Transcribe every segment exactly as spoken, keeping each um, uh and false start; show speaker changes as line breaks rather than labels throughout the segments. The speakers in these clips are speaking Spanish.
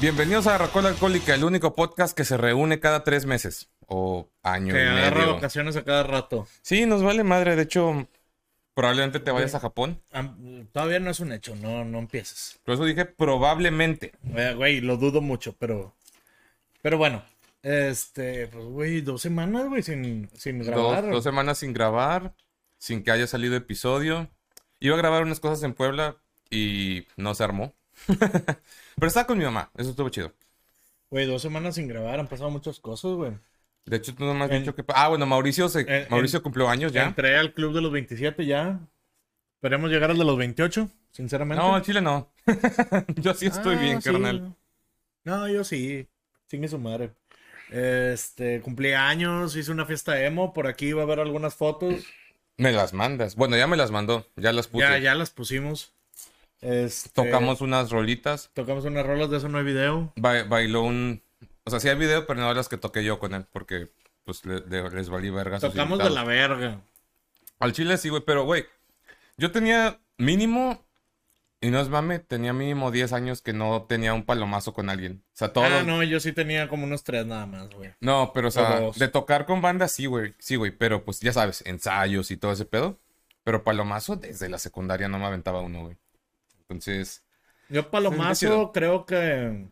Bienvenidos a Rocola Alcohólica, el único podcast que se reúne cada tres meses o año
que
y medio.
Que agarra vacaciones a cada rato.
Sí, nos vale madre. De hecho, probablemente te vayas a Japón.
Todavía no es un hecho, no, no empieces.
Por eso dije probablemente.
Eh, Güey, lo dudo mucho, pero... Pero bueno, este... Pues, güey, dos semanas, güey, sin, sin grabar.
Dos, dos semanas sin grabar, sin que haya salido episodio. Iba a grabar unas cosas en Puebla y no se armó. Pero estaba con mi mamá, eso estuvo chido.
Güey, dos semanas sin grabar, han pasado muchas cosas, güey.
De hecho, tú no me has
En-
dicho que... Ah, bueno, Mauricio, se...
en-
Mauricio
en-
cumplió años ya.
Entré al club de los veintisiete ya. Esperemos llegar al de los veintiocho, sinceramente.
No, al Chile no. Yo sí estoy
Ah,
bien,
sí.
carnal.
No, yo sí. Chingue su madre. Este, cumplí años, hice una fiesta emo. Por aquí va a haber algunas fotos.
Me las mandas. Bueno, ya me las mandó, ya las puse.
Ya, ya las pusimos. Este,
Tocamos unas rolitas.
Tocamos unas rolas, de eso no hay video.
Ba- bailó un... O sea, sí hay video, pero no las que toqué yo con él, porque pues le- le- les valí verga a sus
Tocamos de
invitados.
la verga.
Al chile sí, güey, pero güey, yo tenía mínimo, y no es mame, tenía mínimo diez años que no tenía un palomazo con alguien. O sea, todo...
Ah, no, yo sí tenía como unos tres nada más, güey.
No, pero o sea,
O dos.
de tocar con banda sí, güey, sí, güey, pero pues ya sabes, ensayos y todo ese pedo. Pero palomazo desde la secundaria no me aventaba uno, güey. Entonces...
Yo
Sí,
palomazo
chido.
creo que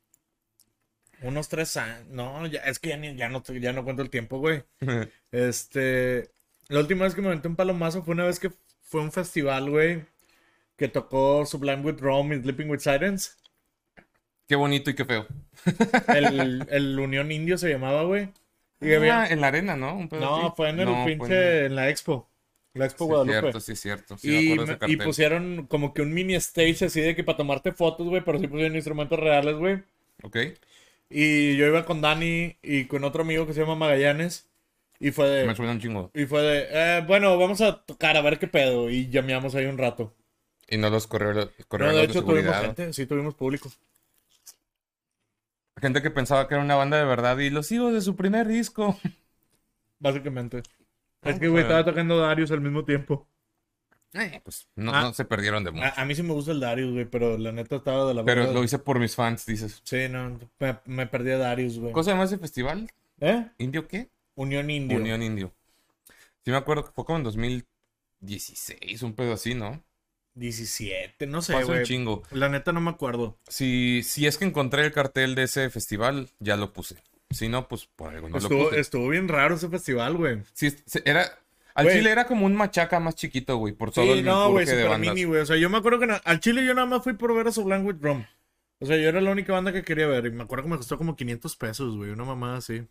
unos tres años. No, ya, es que ya, ni- ya, no, ya no cuento el tiempo, güey. Este, la última vez que me aventé un palomazo fue una vez que fue un festival, güey, que tocó Sublime with Rome y Sleeping with Sirens.
Qué bonito y qué feo.
El, el Unión Indio se llamaba, güey. Y había-
Ah, en la arena, ¿no? Un pedo
No,
así.
fue en el
No, fue
pinche,
en-
en la expo. La Expo
Sí,
Guadalupe.
cierto, sí, cierto. Sí, me
Y,
acuerdo de ese
me- y
cartel.
pusieron como que un mini stage así de que para tomarte fotos, güey, pero sí pusieron instrumentos reales, güey.
Ok.
Y yo iba con Dani y con otro amigo que se llama Magallanes. Y fue
Me
de,
suena un chingo.
y fue de, eh, bueno, vamos a tocar a ver qué pedo. Y llameamos ahí un rato.
Y no los correos,
No,
correos
de
de
hecho tuvimos
seguridad.
gente, sí tuvimos público.
Gente que pensaba que era una banda de verdad y los hijos de su primer disco.
Básicamente.
Ah,
Es que, güey,
pues,
estaba tocando Darius al mismo tiempo.
Eh, pues no,
Ah.
no se perdieron de mucho.
A, a mí sí me gusta el Darius, güey, pero la neta estaba de la
Pero
verga.
lo hice por mis fans, dices.
Sí, no, me, me perdí a Darius, güey.
¿Cómo se llama ese festival?
¿Eh?
¿Indio qué?
Unión Indio.
Unión Indio. Sí me acuerdo que fue como en dos mil dieciséis, un pedo así, ¿no?
diecisiete, no sé,
Fue hace un
güey.
chingo.
La neta no me acuerdo.
Si, si es que encontré el cartel de ese festival, ya lo puse. Si no, pues por algo no lo
estuvo,
puse.
estuvo bien raro ese festival, güey.
Sí, se- era... Al
Güey.
Chile era como un machaca más chiquito, güey, por todo
Sí,
el
no, güey,
empuje de
super
bandas.
mini, güey. O sea, yo me acuerdo que na- al Chile yo nada más fui por ver a Sublime with Rome. O sea, yo era la única banda que quería ver. Y me acuerdo que me costó como quinientos pesos, güey. Una mamada así.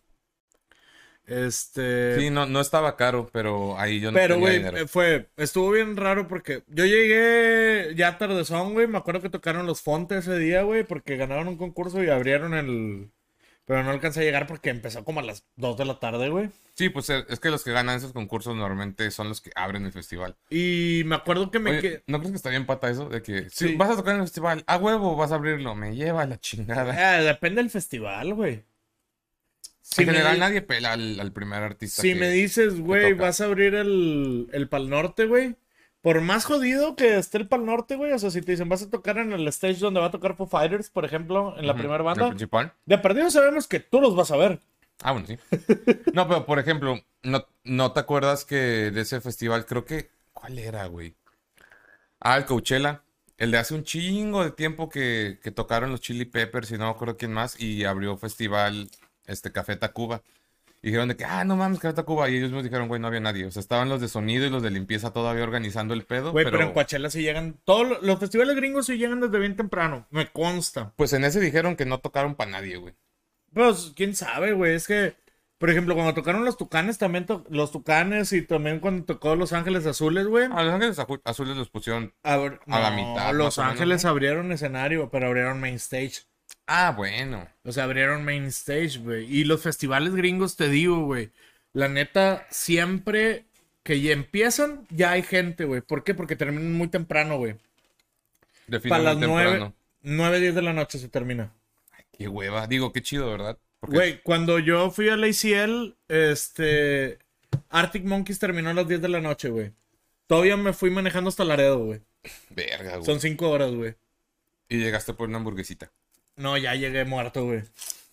Este...
Sí, no, no estaba caro, pero ahí yo no
Pero,
tenía
güey,
dinero.
eh, fue, estuvo bien raro porque yo llegué ya tardezón, güey. Me acuerdo que tocaron los Fontes ese día, güey, porque ganaron un concurso y abrieron el... Pero no alcancé a llegar porque empezó como a las dos de la tarde, güey.
Sí, pues eh, es que los que ganan esos concursos normalmente son los que abren el festival.
Y me acuerdo que me
Oye,
quedé...
¿no crees que está bien pata eso? De que
Sí.
si vas a tocar en el festival, a huevo vas a abrirlo, me lleva la chingada.
Eh, depende del festival, güey. Si
en
me
general
di-
nadie pela al, al primer artista.
Si
que-
me dices, güey,
toca.
vas a abrir el, el Pal Norte, güey. Por más jodido que esté el Pal Norte, güey. O sea, si te dicen, vas a tocar en el stage donde va a tocar Foo Fighters, por ejemplo, en la
Ujú,
primera
¿el
banda.
principal?
De perdido sabemos que tú los vas a ver.
Ah, bueno, sí. No, pero por ejemplo, no, ¿no te acuerdas que de ese festival, creo que... ¿Cuál era, güey? Ah, el Coachella. El de hace un chingo de tiempo que, que tocaron los Chili Peppers y no me acuerdo quién más. Y abrió festival, este, Café Tacuba. Y dijeron de que, ah, no mames, Café Tacuba. Y ellos nos dijeron, güey, no había nadie. O sea, estaban los de sonido y los de limpieza todavía organizando el pedo.
Güey,
pero...
pero en Coachella sí llegan. Todos lo- los festivales gringos sí llegan desde bien temprano. Me consta.
Pues en ese dijeron que no tocaron para nadie, güey.
Pues, quién sabe, güey. Es que, por ejemplo, cuando tocaron los Tucanes, también to- los Tucanes y también cuando tocó Los Ángeles Azules, güey.
A Los Ángeles Aju- Azules los pusieron...
abr-
a la
no,
mitad,
Los
más o menos,
Ángeles
¿no?
abrieron escenario, pero abrieron main stage.
Ah, bueno.
O sea, abrieron main stage, güey. Y los festivales gringos, te digo, güey. La neta, siempre que ya empiezan, ya hay gente, güey. ¿Por qué? Porque terminan muy temprano, güey. Para las
Definitivamente
nueve,
temprano.
nueve, diez de la noche se termina.
Qué hueva. Digo, qué chido, ¿verdad? Porque
Güey, cuando yo fui al A C L, este... Arctic Monkeys terminó a las diez de la noche, güey. Todavía me fui manejando hasta Laredo, güey.
verga, güey.
Son cinco horas, güey.
Y llegaste por una hamburguesita.
No, ya llegué muerto, güey.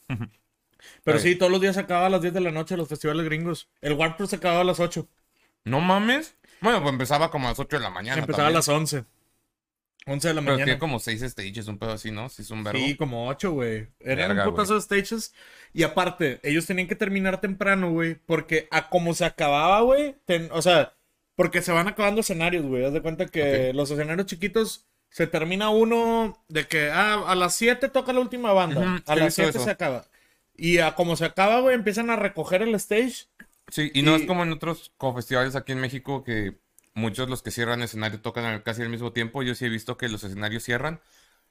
Pero
Ay.
sí, todos los días se acababa a las diez de la noche los festivales gringos. El Warped Tour se acababa a las ocho.
No mames. Bueno, pues empezaba como a las ocho de la mañana.
Empezaba a
también.
las once. once de la
Pero
mañana.
que como seis stages, un pedo así, ¿no? Sí, es un verbo.
Sí, como ocho, güey. Eran
Verga,
un putazo de stages. Y aparte, ellos tenían que terminar temprano, güey. Porque a como se acababa, güey. ten- O sea, porque se van acabando escenarios, güey. Haz de cuenta que
Ok.
los escenarios chiquitos se termina uno de que ah, a las siete toca la última banda.
Ujú,
A
sí he
las
visto
siete
eso.
se acaba. Y a como se acaba, güey, empiezan a recoger el stage.
Sí, y no es
Y-
como en otros como festivales aquí en México que muchos de los que cierran escenario tocan al- casi al mismo tiempo. Yo sí he visto que los escenarios cierran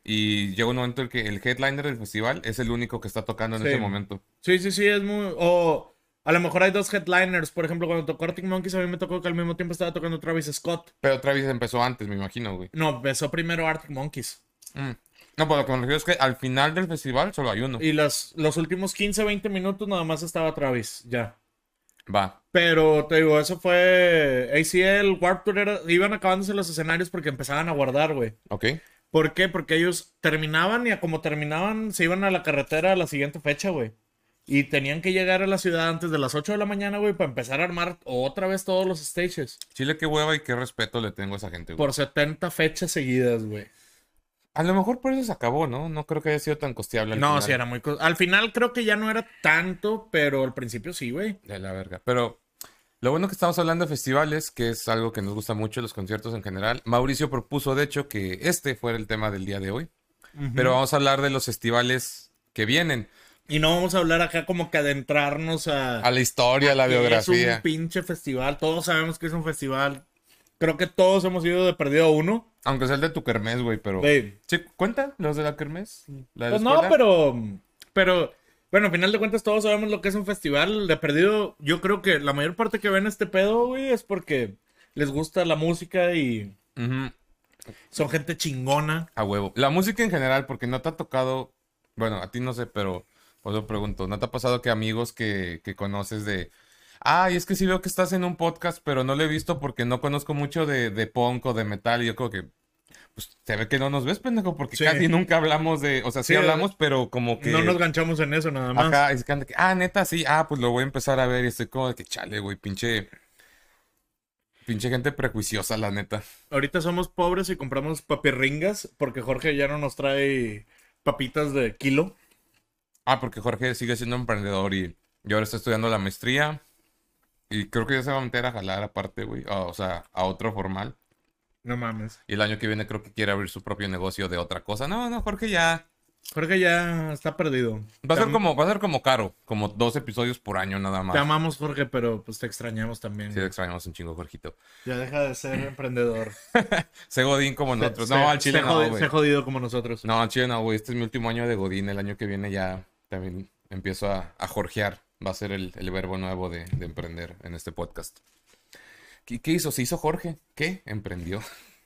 y llega un momento en que el headliner del festival es el único que está tocando en
Sí.
ese momento.
Sí, sí, sí, es muy... O a lo mejor hay dos headliners. Por ejemplo, cuando tocó Arctic Monkeys, a mí me tocó que al mismo tiempo estaba tocando Travis Scott.
Pero otra vez empezó antes, me imagino, güey.
No, empezó primero Arctic Monkeys.
Mm. No, pero lo que me refiero es que al final del festival solo hay uno.
Y las, los últimos quince, veinte minutos nada más estaba Travis, ya.
Va.
Pero te digo, eso fue A C L, Warped Tour, era- iban acabándose los escenarios porque empezaban a guardar, güey.
Ok.
¿Por qué? Porque ellos terminaban y a como terminaban se iban a la carretera a la siguiente fecha, güey. Y tenían que llegar a la ciudad antes de las ocho de la mañana, güey, para empezar a armar otra vez todos los stages.
Chile, qué hueva y qué respeto le tengo a esa gente, güey.
Por setenta fechas seguidas, güey.
A lo mejor por eso se acabó, ¿no? No creo que haya sido tan costeable al
No,
final.
sí, era muy... co- Al final creo que ya no era tanto, pero al principio sí, güey.
De la verga. Pero lo bueno que estamos hablando de festivales, que es algo que nos gusta mucho, los conciertos en general. Mauricio propuso, de hecho, que este fuera el tema del día de hoy. Pero vamos a hablar de los festivales que vienen.
Y no vamos a hablar acá como que adentrarnos a...
A la historia, a la
que es
biografía.
un pinche festival. Todos sabemos que es un festival. Creo que todos hemos ido de perdido a uno.
Aunque sea el de tu kermés, güey, pero...
Güey.
¿Sí cuenta los de la kermés? ¿La de la
Pues no,
escuela?
pero... Pero... Bueno, al final de cuentas todos sabemos lo que es un festival. De perdido, yo creo que la mayor parte que ven este pedo, güey, es porque les gusta la música y
Ujú.
son gente chingona.
A huevo. La música en general, porque no te ha tocado... Bueno, a ti no sé, pero... Pues lo pregunto. ¿No te ha pasado que amigos que, que conoces de... Ay, es que sí veo que estás en un podcast, pero no lo he visto porque no conozco mucho de, de punk o de metal. Y yo creo que... Pues se ve que no nos ves, pendejo, porque
Sí.
casi nunca hablamos de... O sea, sí,
Sí,
hablamos, pero como que...
No nos ganchamos en eso nada más.
Ajá, es que anda que, ah, neta, sí, ah, pues lo voy a empezar a ver y estoy como de que chale, güey, pinche, pinche gente prejuiciosa, la neta.
Ahorita somos pobres y compramos papirringas porque Jorge ya no nos trae papitas de kilo.
Ah, porque Jorge sigue siendo emprendedor y yo ahora estoy estudiando la maestría y creo que ya se va a meter a jalar aparte, güey, a- o sea, a otro formal.
No mames.
Y el año que viene creo que quiere abrir su propio negocio de otra cosa. No, no, Jorge ya
Jorge ya está perdido.
va a
Te
ser
am-
como, va a ser como caro, como dos episodios por año nada
Te
más.
amamos, Jorge, pero pues te extrañamos también.
Sí, extrañamos un chingo, Jorgito.
Ya deja de ser emprendedor.
Sé Godín como nosotros.
Se-
No,
se-
al chile
se
no,
jodi-
güey.
se jodido como nosotros.
No, al chile no, güey. Este es mi último año de Godín. El año que viene ya también empiezo a, a jorgear. Va a ser el, el verbo nuevo de, de emprender en este podcast. ¿Qué, qué hizo? ¿Se hizo Jorge? ¿Qué? Emprendió.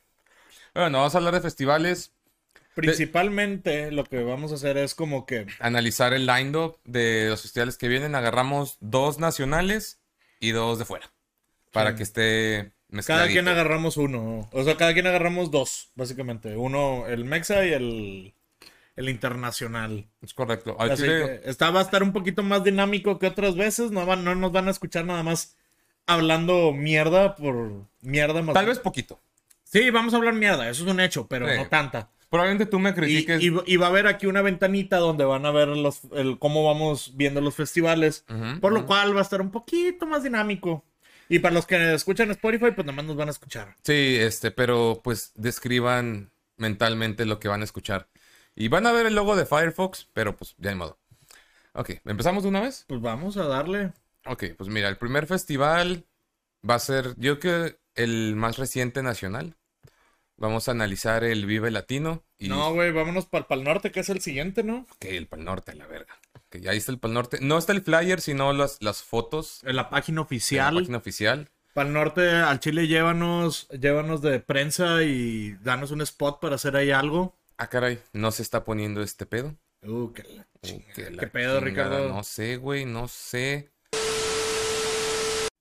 Bueno, vamos a hablar de festivales.
Principalmente lo que vamos a hacer es como que
Analizar el line-up de los festivales que vienen. Agarramos dos nacionales y dos de fuera. Para
Sí.
que esté
cada
mezcladito.
quien agarramos uno. O sea, cada quien agarramos dos, básicamente. Uno, el Mexa y el, el internacional.
Es correcto. Al
Así
chile-
que esta va a estar un poquito más dinámico que otras veces. No, van, no nos van a escuchar nada más hablando mierda por mierda más.
Tal vez poquito.
Sí, vamos a hablar mierda, eso es un hecho, pero
Sí.
no tanta.
Probablemente tú me
Y,
critiques.
y- y va a haber aquí una ventanita donde van a ver los, el, cómo vamos viendo los festivales,
Ujú,
por lo
ujú.
cual va a estar un poquito más dinámico. Y para los que escuchan Spotify, pues nada más nos van a escuchar.
Sí, este, pero pues describan mentalmente lo que van a escuchar. Y van a ver el logo de Firefox, pero pues ya de modo. Ok, ¿empezamos de una vez?
Pues vamos a darle.
Ok, pues mira, el primer festival va a ser, yo creo que el más reciente nacional. Vamos a analizar el Vive Latino. Y...
No, güey, vámonos para el Pal Norte, que es el siguiente, ¿no?
Ok, el Pal Norte, la verga. Ok, ahí está el Pal Norte. No está el flyer, sino las, las fotos
En la página
de la
oficial.
página oficial.
Pal Norte, al Chile, llévanos, llévanos de prensa y danos un spot para hacer ahí algo.
Ah, caray, no se está poniendo este pedo.
Uh, qué, la
Uh,
chingada.
que la
¿Qué pedo,
chingada,
Ricardo?
No sé, güey, no sé.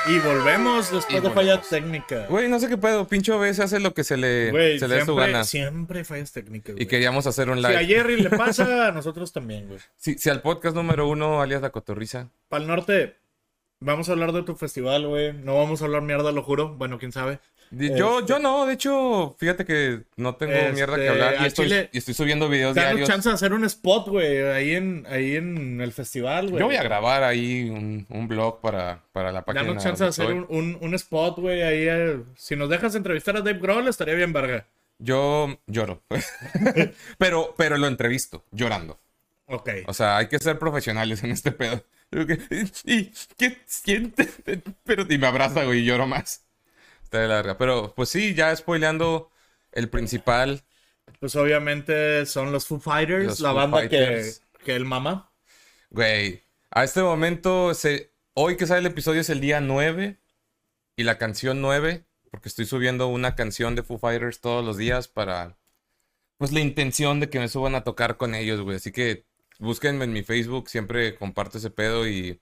Y volvemos después
Y
de falla
volvemos.
técnica.
Güey, no sé qué pedo. Pinche O B S hace lo que se le,
Güey,
se le dé su
siempre,
gana.
siempre hay fallas técnicas, güey.
Y queríamos hacer un
Si a
live.
Jerry le pasa, a nosotros también, güey.
Si, si al podcast número uno, alias La Cotorriza.
Pal Norte, vamos a hablar de tu festival, güey. No vamos a hablar mierda, lo juro. Bueno, quién sabe.
Di- Yo,
Este-
yo no, de hecho, fíjate que no tengo
Este,
mierda que hablar. Y
a
estoy,
Chile-
y estoy subiendo videos
Danos
diarios.
chance de hacer un spot, güey, ahí en, ahí en el festival, güey.
Yo voy a grabar ahí un, un blog para, para la página.
Danos chance de
donde
hacer
estoy.
un, un, un spot, güey, ahí. eh, Si nos dejas entrevistar a Dave Grohl, estaría bien, verga.
Yo lloro. pero, pero lo entrevisto, llorando.
Ok.
O sea, hay que ser profesionales en este pedo. ¿Y qué siente? Pero y me abraza, güey, y lloro más. Está de la verga. Pero, pues sí, ya spoileando el principal.
Pues obviamente son los Foo Fighters,
Los
la
Foo
banda
Fighters.
que, que él mama.
Güey, a este momento, se, hoy que sale el episodio es el día nueve. Y la canción nueve, porque estoy subiendo una canción de Foo Fighters todos los días para, pues, la intención de que me suban a tocar con ellos, güey. Así que búsquenme en mi Facebook, siempre comparto ese pedo y,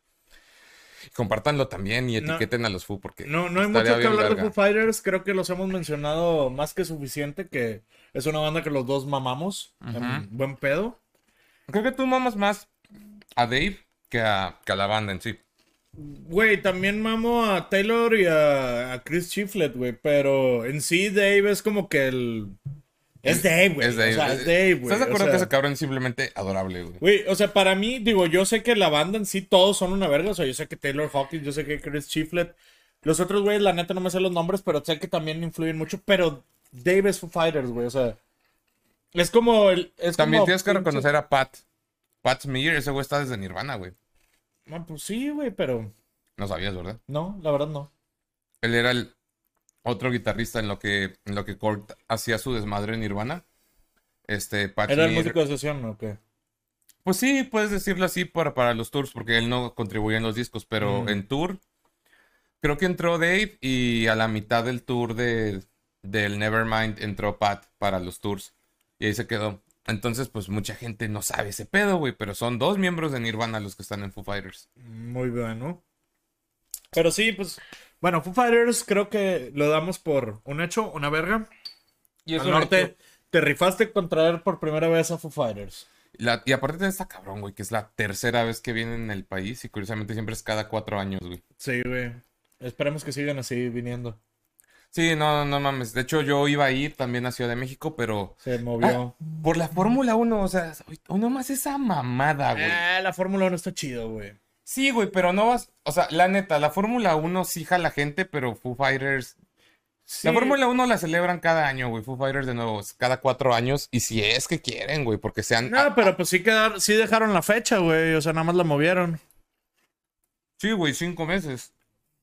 y compártanlo también y
No.
etiqueten a los Foo porque
No, no hay
estaría
mucho que
bien
hablar de
verga.
Foo Fighters. Creo que los hemos mencionado más que suficiente. Que es una banda que los dos mamamos. En buen pedo.
Creo que tú mamas más a Dave que a, que a la banda en sí.
Güey, también mamo a Taylor y a, a Chris Chiflet, güey. Pero en sí, Dave es como que el. Es Dave, güey.
Es Dave.
O sea, es Dave, güey.
¿Estás de
O
acuerdo
sea,
que ese cabrón es simplemente adorable, güey?
Güey, o sea, para mí, digo, yo sé que la banda en sí todos son una verga. O sea, yo sé que Taylor Hawkins, yo sé que Chris Chiflet. Los otros güeyes, la neta, no me sé los nombres, pero sé que también influyen mucho. Pero Dave es Foo Fighters, güey. O sea, es como el. Es
También
como
tienes que
pinche-
reconocer a Pat. Pat Smear, ese güey está desde Nirvana, güey.
Ah, pues sí, güey, pero.
No sabías, ¿verdad?
No, la verdad no.
Él era el otro guitarrista en lo que, en lo que Kurt hacía su desmadre en Nirvana. Este, Pat
Era el
Smear-
músico de sesión, ¿o qué?
Pues sí, puedes decirlo así para, para los tours, porque él no contribuía en los discos, pero
Mm.
en tour, creo que entró Dave y a la mitad del tour de, del Nevermind entró Pat para los tours. Y ahí se quedó. Entonces, pues mucha gente no sabe ese pedo, güey, pero son dos miembros de Nirvana los que están en Foo Fighters.
Muy bueno. Pero sí, pues. Bueno, Foo Fighters creo que lo damos por un hecho, una verga.
Y
Al norte, te rifaste con traer por primera vez a Foo Fighters.
La- y aparte de esta cabrón, güey, que es la tercera vez que vienen en el país y curiosamente siempre es cada cuatro años, güey.
Sí, güey. Esperemos que sigan así viniendo.
Sí, no, no mames. De hecho, yo iba a ir también a Ciudad de México, pero
Se movió.
por la Fórmula uno, o sea, hoy nomás esa mamada, güey.
Ah, la Fórmula uno está chido, güey.
Sí, güey, pero no vas, o sea, la neta, la Fórmula uno sí jala gente, pero Foo Fighters...
Sí.
La Fórmula uno la celebran cada año, güey, Foo Fighters de nuevo, es cada cuatro años, y si es que quieren, güey, porque sean...
No, pero pues sí quedaron, sí dejaron la fecha, güey. O sea, nada más la movieron.
Sí, güey, cinco meses.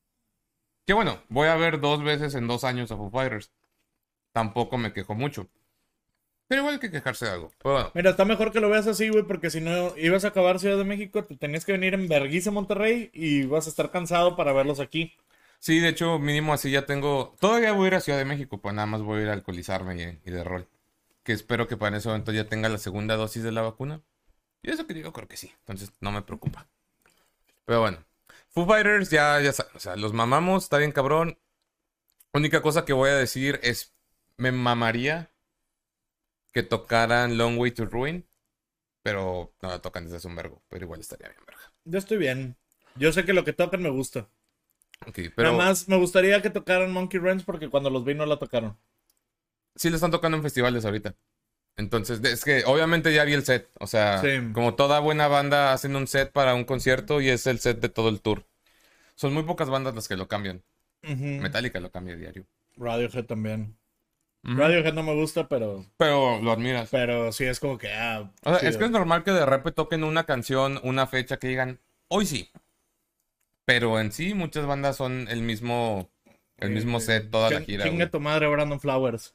Que bueno, voy a ver dos veces en dos años a Foo Fighters. Tampoco me quejo mucho. Pero igual hay que quejarse de algo. Pero bueno,
Mira, está mejor que lo veas así, güey, porque si no ibas a acabar Ciudad de México, te tenías que venir en vergüenza Monterrey y vas a estar cansado para verlos aquí.
sí, de hecho, mínimo así ya tengo... Todavía voy a ir a Ciudad de México, pues nada más voy a ir a alcoholizarme y, y de rol. Que espero que para ese momento ya tenga la segunda dosis de la vacuna. Y eso que digo, creo que sí. Entonces no me preocupa. Pero bueno. Foo Fighters ya, ya saben. O sea, los mamamos, está bien cabrón. Única cosa que voy a decir es... Me mamaría que tocaran Long Way to Ruin. Pero no la tocan desde hace un vergo. Pero igual estaría bien verga.
Yo estoy bien. Yo sé que lo que tocan me gusta.
Ok, pero
Nada más me gustaría que tocaran Monkey Ranch porque cuando los vi no la tocaron.
sí le están tocando en festivales ahorita. Entonces, de- es que obviamente ya vi el set. O sea,
Sí.
como toda buena banda hacen un set para un concierto y es el set de todo el tour. Son muy pocas bandas las que lo cambian.
Ujú.
Metallica lo cambia diario.
Radiohead también.
Ujú.
Radiohead no me gusta, pero
Pero lo admiras.
pero sí es como que ah,
O sea,
chido.
es que es normal que de repente toquen una canción, una fecha que digan, hoy sí. Pero en sí, muchas bandas son el mismo, el mismo set toda la
Ching-
gira.
Chinga
güey.
tu madre, Brandon Flowers.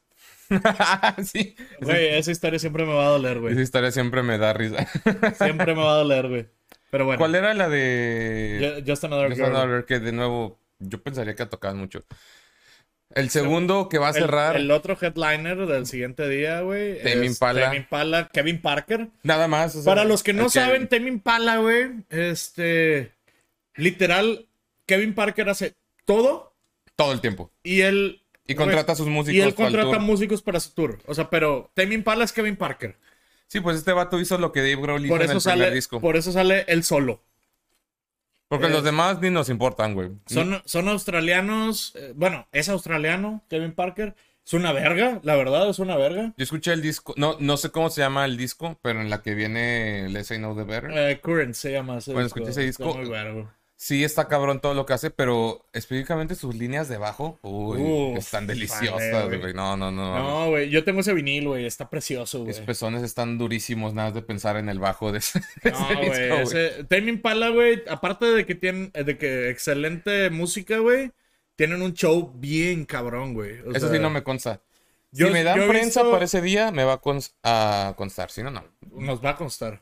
Sí.
Güey, esa historia siempre me va a doler,
Esa
güey.
historia siempre me da risa.
Siempre me va a doler, güey. Pero bueno.
¿Cuál era la de...
Ju- Just Another
Just
Girl.
Another, que de nuevo, yo pensaría que tocaban mucho. El segundo que va a
El,
cerrar,
el otro headliner del siguiente día, güey.
Tame
es
Impala.
Tame Impala, Kevin Parker.
nada más. o sea,
Para los que no
el
saben, Tame Impala, güey. Este. Literal, Kevin Parker hace todo.
Todo el tiempo.
Y él...
Y contrata a sus músicos.
Y él
para el
contrata
tour.
músicos para su tour. O sea, pero Tame Impala es Kevin Parker.
Sí, pues este vato hizo lo que Dave Grohl hizo
Por
en
eso
el primer
sale,
disco.
por eso sale él solo.
Porque
es-
los demás ni nos importan, güey.
Son, son australianos. eh, bueno, es australiano, Kevin Parker. Es una verga, la verdad, es una verga.
Yo escuché el disco, no, no sé cómo se llama el disco, pero en la que viene Let's Say No The Better.
Eh, Current se llama ese
Bueno,
disco.
escuché ese
Está
disco.
muy vergo.
Sí, está cabrón todo lo que hace, pero específicamente sus líneas de bajo, uy,
Uf,
están
vale,
deliciosas,
güey.
güey. No, no, no.
No, güey, yo tengo ese vinil, güey, está precioso, güey.
Mis pezones están durísimos, nada de pensar en el bajo de ese, de
No,
ese
güey,
disco, güey.
ese Tame Impala, güey, aparte de que tienen, de que excelente música, güey, tienen un show bien cabrón, güey. O
Eso
sea,
sí no me consta.
yo-
si me dan
yo he
prensa
visto-
para ese día, me va a, cons- a constar. Si no, no.
Nos va a constar.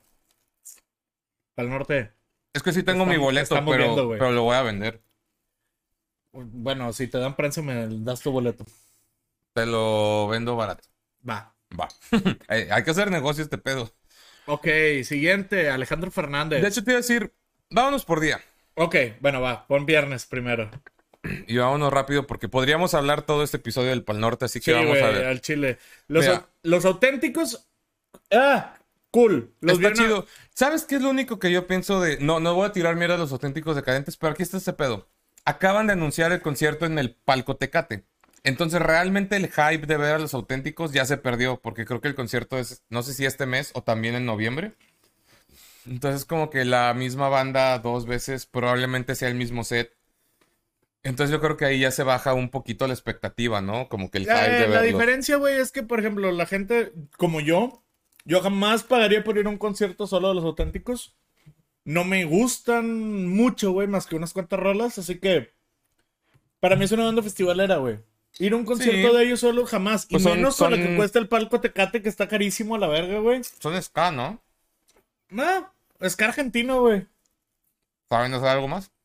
Al norte.
Es que sí tengo mi
Estamos-
boleto,
estamos
pero,
viendo, güey.
pero lo voy a vender.
Bueno, si te dan prensa, me das tu boleto.
Te lo vendo barato.
Va.
Va. hay, hay que hacer negocio este pedo.
Ok, siguiente, Alejandro Fernández.
De hecho, te iba a decir, vámonos por día.
Ok, bueno, va, pon viernes primero.
Y vámonos rápido porque podríamos hablar todo este episodio del Pal Norte, así que
Sí,
vamos
güey,
a ver.
al chile. Los,
Mira.
au- los auténticos. Ah, cool. Los
Está
vieron a-
chido. ¿Sabes qué es lo único que yo pienso de... No, no voy a tirar mierda a los auténticos decadentes, pero aquí está este pedo. Acaban de anunciar el concierto en el Palco Tecate. Entonces, realmente el hype de ver a los auténticos ya se perdió, porque creo que el concierto es, no sé si este mes o también en noviembre. Entonces, como que la misma banda dos veces, probablemente sea el mismo set. Entonces, yo creo que ahí ya se baja un poquito la expectativa, ¿no? Como que el hype
Eh,
de
la
verlos.
diferencia, güey, es que, por ejemplo, la gente como yo, yo jamás pagaría por ir a un concierto solo de los auténticos. No me gustan mucho, güey, más que unas cuantas rolas, así que para mí es una banda festivalera, güey. Ir a un concierto
Sí.
de ellos solo jamás.
Pues
y
son-
menos con lo
son-
que cuesta el palco Tecate, que está carísimo a la verga, güey.
Son ska, ¿no?
No, es que argentino, güey.
¿Saben hacer algo más?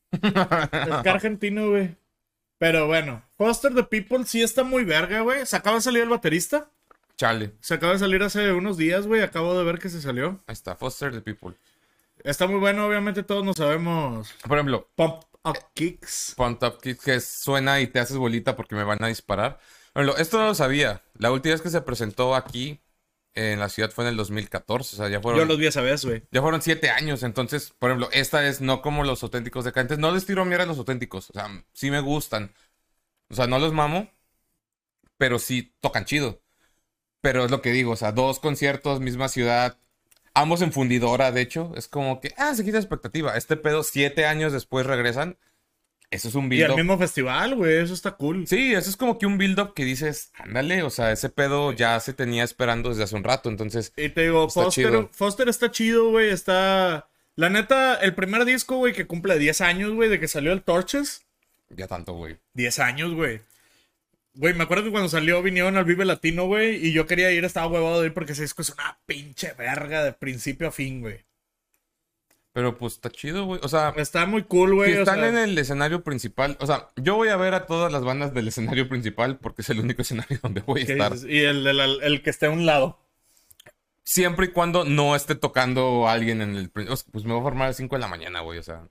Es que argentino, güey. Pero bueno, Foster the People sí está muy verga, güey. Se acaba de salir el baterista.
Chale.
Se acaba de salir hace unos días, güey. Acabo de ver que se salió.
Ahí está, Foster the People.
Está muy bueno, obviamente todos nos sabemos.
Por ejemplo,
Pump Up Kicks.
Pumped Up Kicks, que suena y te haces bolita porque me van a disparar. Por ejemplo, esto no lo sabía. La última vez que se presentó aquí en la ciudad fue en el dos mil catorce. O sea, ya fueron,
Yo los vi esa vez, güey.
ya fueron siete años. Entonces, por ejemplo, esta es no como los auténticos decadentes. No les tiro mierda a los auténticos. O sea, sí me gustan. O sea, no los mamo, pero sí tocan chido. Pero es lo que digo, o sea, dos conciertos, misma ciudad, ambos en fundidora, de hecho, es como que, ah, se quita expectativa. Este pedo, siete años después regresan. Eso es un
Y al
build-up.
mismo festival, güey. Eso está cool.
Sí, eso es como que un build-up que dices, ándale, o sea, ese pedo ya se tenía esperando desde hace un rato, entonces,
Y te digo,
Está
Foster,
chido.
Foster está chido, güey. Está. La neta, el primer disco, güey, que cumple diez años, güey, de que salió el Torches.
ya tanto, güey.
diez años, güey. Güey, me acuerdo que cuando salió vinieron al Vive Latino, güey, y yo quería ir, estaba huevado de ir porque ese disco es una pinche verga de principio a fin, güey.
Pero pues está chido, güey. O sea,
Está muy cool, güey.
si
o
están
sea,
en el escenario principal, o sea, yo voy a ver a todas las bandas del escenario principal porque es el único escenario donde voy a
¿qué
estar.
dices? Y el, el- el que esté a un lado.
Siempre y cuando no esté tocando alguien en el... pri- o sea, pues me voy a formar a las cinco de la mañana, güey, o sea...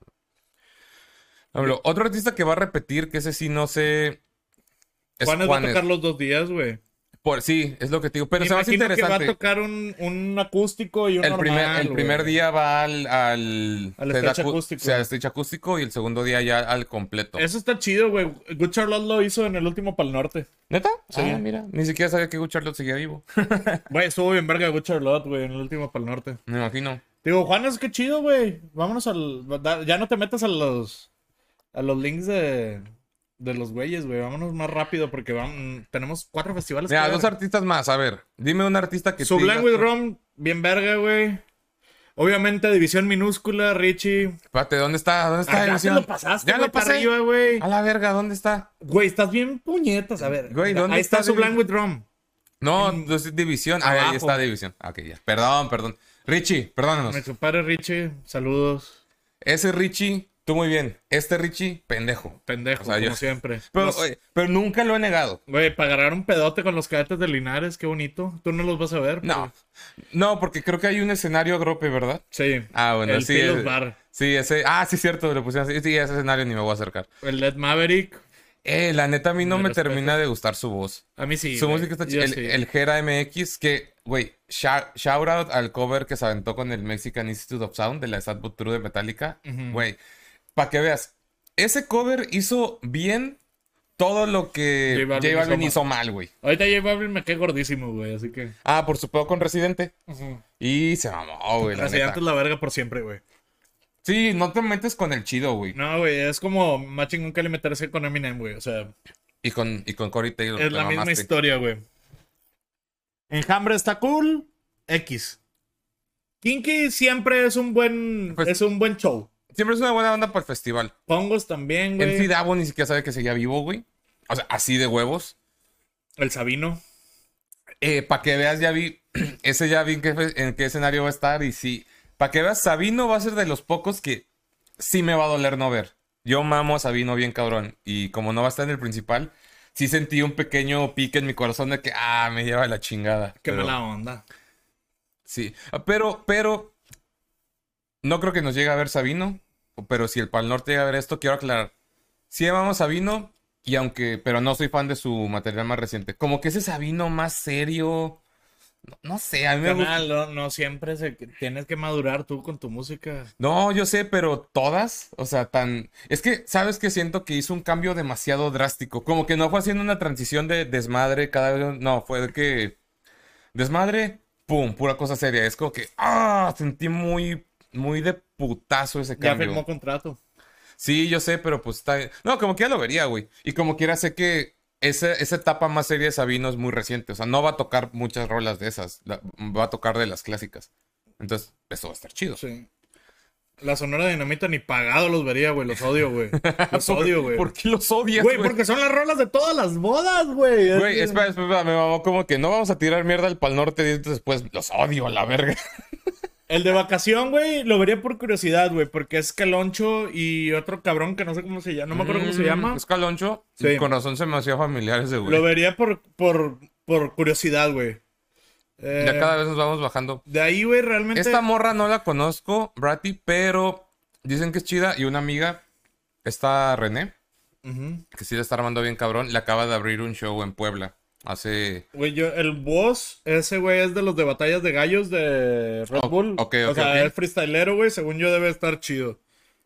Por ejemplo, otro artista que va a repetir, que ese sí no sé... Es
Juanes va a
Juanes.
tocar los dos días, güey.
Por, sí, es lo que te digo. Pero
Me
se me hace
imagino que va a
interesante.
tocar un, un acústico y un
El primer,
normal,
el primer
güey.
día va al... Al,
Al
se da
stage
acu-
acústico.
O sea, al stage acústico y el segundo día ya al completo.
Eso está chido, güey. Good Charlotte lo hizo en el último Pal Norte.
¿Neta?
Sí.
Ah, mira. Ni siquiera sabía que Good Charlotte seguía vivo.
Güey, estuvo bien verga Good Charlotte, güey, en el último Pal Norte.
Me imagino.
Digo, Juanes, qué chido, güey. Vámonos al... da- Ya no te metas a los... A los links de... De los güeyes, güey. Vámonos más rápido porque vamos... tenemos cuatro festivales.
Mira,
que
dos
ver.
artistas más. A ver, dime un artista que
Sublime
digas-
with Rom, bien verga, güey. Obviamente, División Minúscula, Richie.
Espérate, ¿dónde está? ¿Dónde está
Ah, ya
División?
te lo pasaste,
Ya
güey,
lo
para
pasé.
arriba, güey.
A la verga, ¿dónde está?
Güey, estás bien puñetas, a ver.
Güey, ¿dónde
Ahí está,
está
Sublime
Divi-
with Rom.
No, no es División. Ah, ahí
Abajo.
está División. Ok, ya. Perdón, perdón. Richie, perdónanos.
Mi compadre Richie, saludos.
Ese Richie Tú muy bien. Este Richie, pendejo.
Pendejo,
O sea,
como
yo-
siempre.
Pero,
Los-
oye, pero nunca lo he negado.
Güey, para agarrar un pedote con los cadetes de Linares, qué bonito. Tú no los vas a ver.
No.
pero-
No, porque creo que hay un escenario agrope, ¿verdad?
Sí.
Ah, bueno,
el
sí.
Pilos
es-
Bar.
Sí, ese. Ah, sí, cierto, le pusieron así. Sí, ese escenario ni me voy a acercar.
El Led Maverick.
Eh, la neta, a mí no
Me
me
respetas.
termina de gustar su voz.
A mí sí.
Su
güey.
música está
Yo
chida. El,
sí.
el Jera M X, que, güey, shout, shout out al cover que se aventó con el Mexican Institute of Sound de la Sad But True de Metallica.
Ujú.
Güey, para que veas, ese cover hizo bien todo lo que
J Balvin
J Balvin
hizo
hizo mal, güey.
Ahorita J Balvin me cae gordísimo, güey, así que.
Ah, por su pedo con Residente.
Ujú.
Y se mamó, güey, la
Residente
neta.
es la verga por siempre, güey.
Sí, no te metes con el chido, güey.
No, güey, es como más chingón que le meterse con Eminem, güey. O sea,
Y con, y con Corey Taylor.
es
te
la misma
mamaste.
historia, güey. Enjambre está cool. X. Kinky siempre es un buen.
Pues-
es un buen show.
Siempre es una buena banda para el festival.
Pongos también,
M C
güey.
Davo ni siquiera sabe que seguía vivo, güey. O sea, así de huevos.
El Sabino.
Eh, para que veas, ya vi. Ese ya vi en qué, fe- en qué escenario va a estar. Y sí. Para que veas, Sabino va a ser de los pocos que sí me va a doler no ver. Yo mamo a Sabino bien cabrón. Y como no va a estar en el principal, sí sentí un pequeño pique en mi corazón de que, ah, me lleva la chingada.
Qué
Pero-
mala onda.
Sí. Ah, Pero, pero. No creo que nos llegue a ver Sabino. Pero si el Pal Norte llega a ver esto, quiero aclarar. Sí amamos a Sabino. Y aunque. Pero no soy fan de su material más reciente. Como que ese Sabino más serio. No, no sé, a mí me gusta.
Canal, no, no siempre se, tienes que madurar tú con tu música.
No, yo sé, pero todas, o sea, tan... Es que, ¿sabes qué? Siento que hizo un cambio demasiado drástico. Como que no fue haciendo una transición de desmadre cada vez... No, fue de que... Desmadre, pum, pura cosa seria. Es como que... Ah, sentí muy, muy de putazo ese
Ya
cambio.
firmó contrato.
Sí, yo sé, pero pues está... No, como que ya lo vería, güey. Y como quiera sé que esa, esa etapa más seria de Sabino es muy reciente. O sea, no va a tocar muchas rolas de esas. La- va a tocar de las clásicas. Entonces, eso va a estar chido.
Sí. La Sonora Dinamita ni pagado los vería, güey. Los odio, güey. Los
¿Por-
odio, güey.
¿Por qué los odias,
Güey,
güey?
porque son las rolas de todas las bodas, güey. Es
Güey,
que-
espera, espera, me mamó como que no vamos a tirar mierda al Pal Norte y después los odio a la verga.
El de vacación, güey, lo vería por curiosidad, güey. Porque es Caloncho y otro cabrón que no sé cómo se llama. No me acuerdo cómo se llama.
Es Caloncho.
Sí.
Con razón se me hacía familiar ese güey.
Lo vería por, por, por curiosidad, güey. Eh,
Ya cada vez nos vamos bajando.
De ahí, güey, realmente.
Esta morra no la conozco, Bratty, pero dicen que es chida. Y una amiga, esta René,
Ujú.
que sí le está armando bien cabrón, le acaba de abrir un show en Puebla. Hace...
Güey, yo, el boss, ese güey es de los de batallas de gallos de Red
O-
Bull.
ok,
o
ok,
sea,
ok.
es freestylero, güey. Según yo, debe estar chido.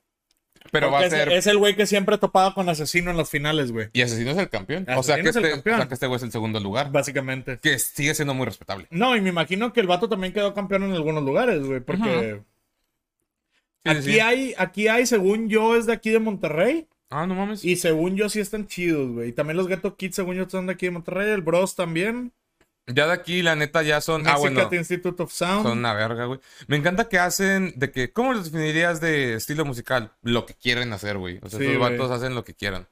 Pero va
Porque
a
es,
ser...
es el güey que siempre topaba con Asesino en las finales, güey.
Y Asesino es el campeón. O sea,
Asesino
que
es el
este,
campeón.
o sea que este güey es el segundo lugar.
Básicamente.
Que sigue siendo muy respetable.
No, y me imagino que el vato también quedó campeón en algunos lugares, güey. Porque
Sí, sí,
aquí
sí.
hay, aquí hay, según yo, es de aquí de Monterrey.
Ah, no mames.
Y según yo, sí están chidos, güey. Y también los Ghetto Kids, según yo, son de aquí de Monterrey. El Bros también.
Ya de aquí, la neta, ya son... Ah,
Mexican
bueno.
Institute of Sound.
Son una verga, güey. Me encanta que hacen de que... ¿Cómo los definirías de estilo musical? Lo que quieren hacer, güey. O sea,
Sí,
estos
güey.
vatos hacen lo que quieran.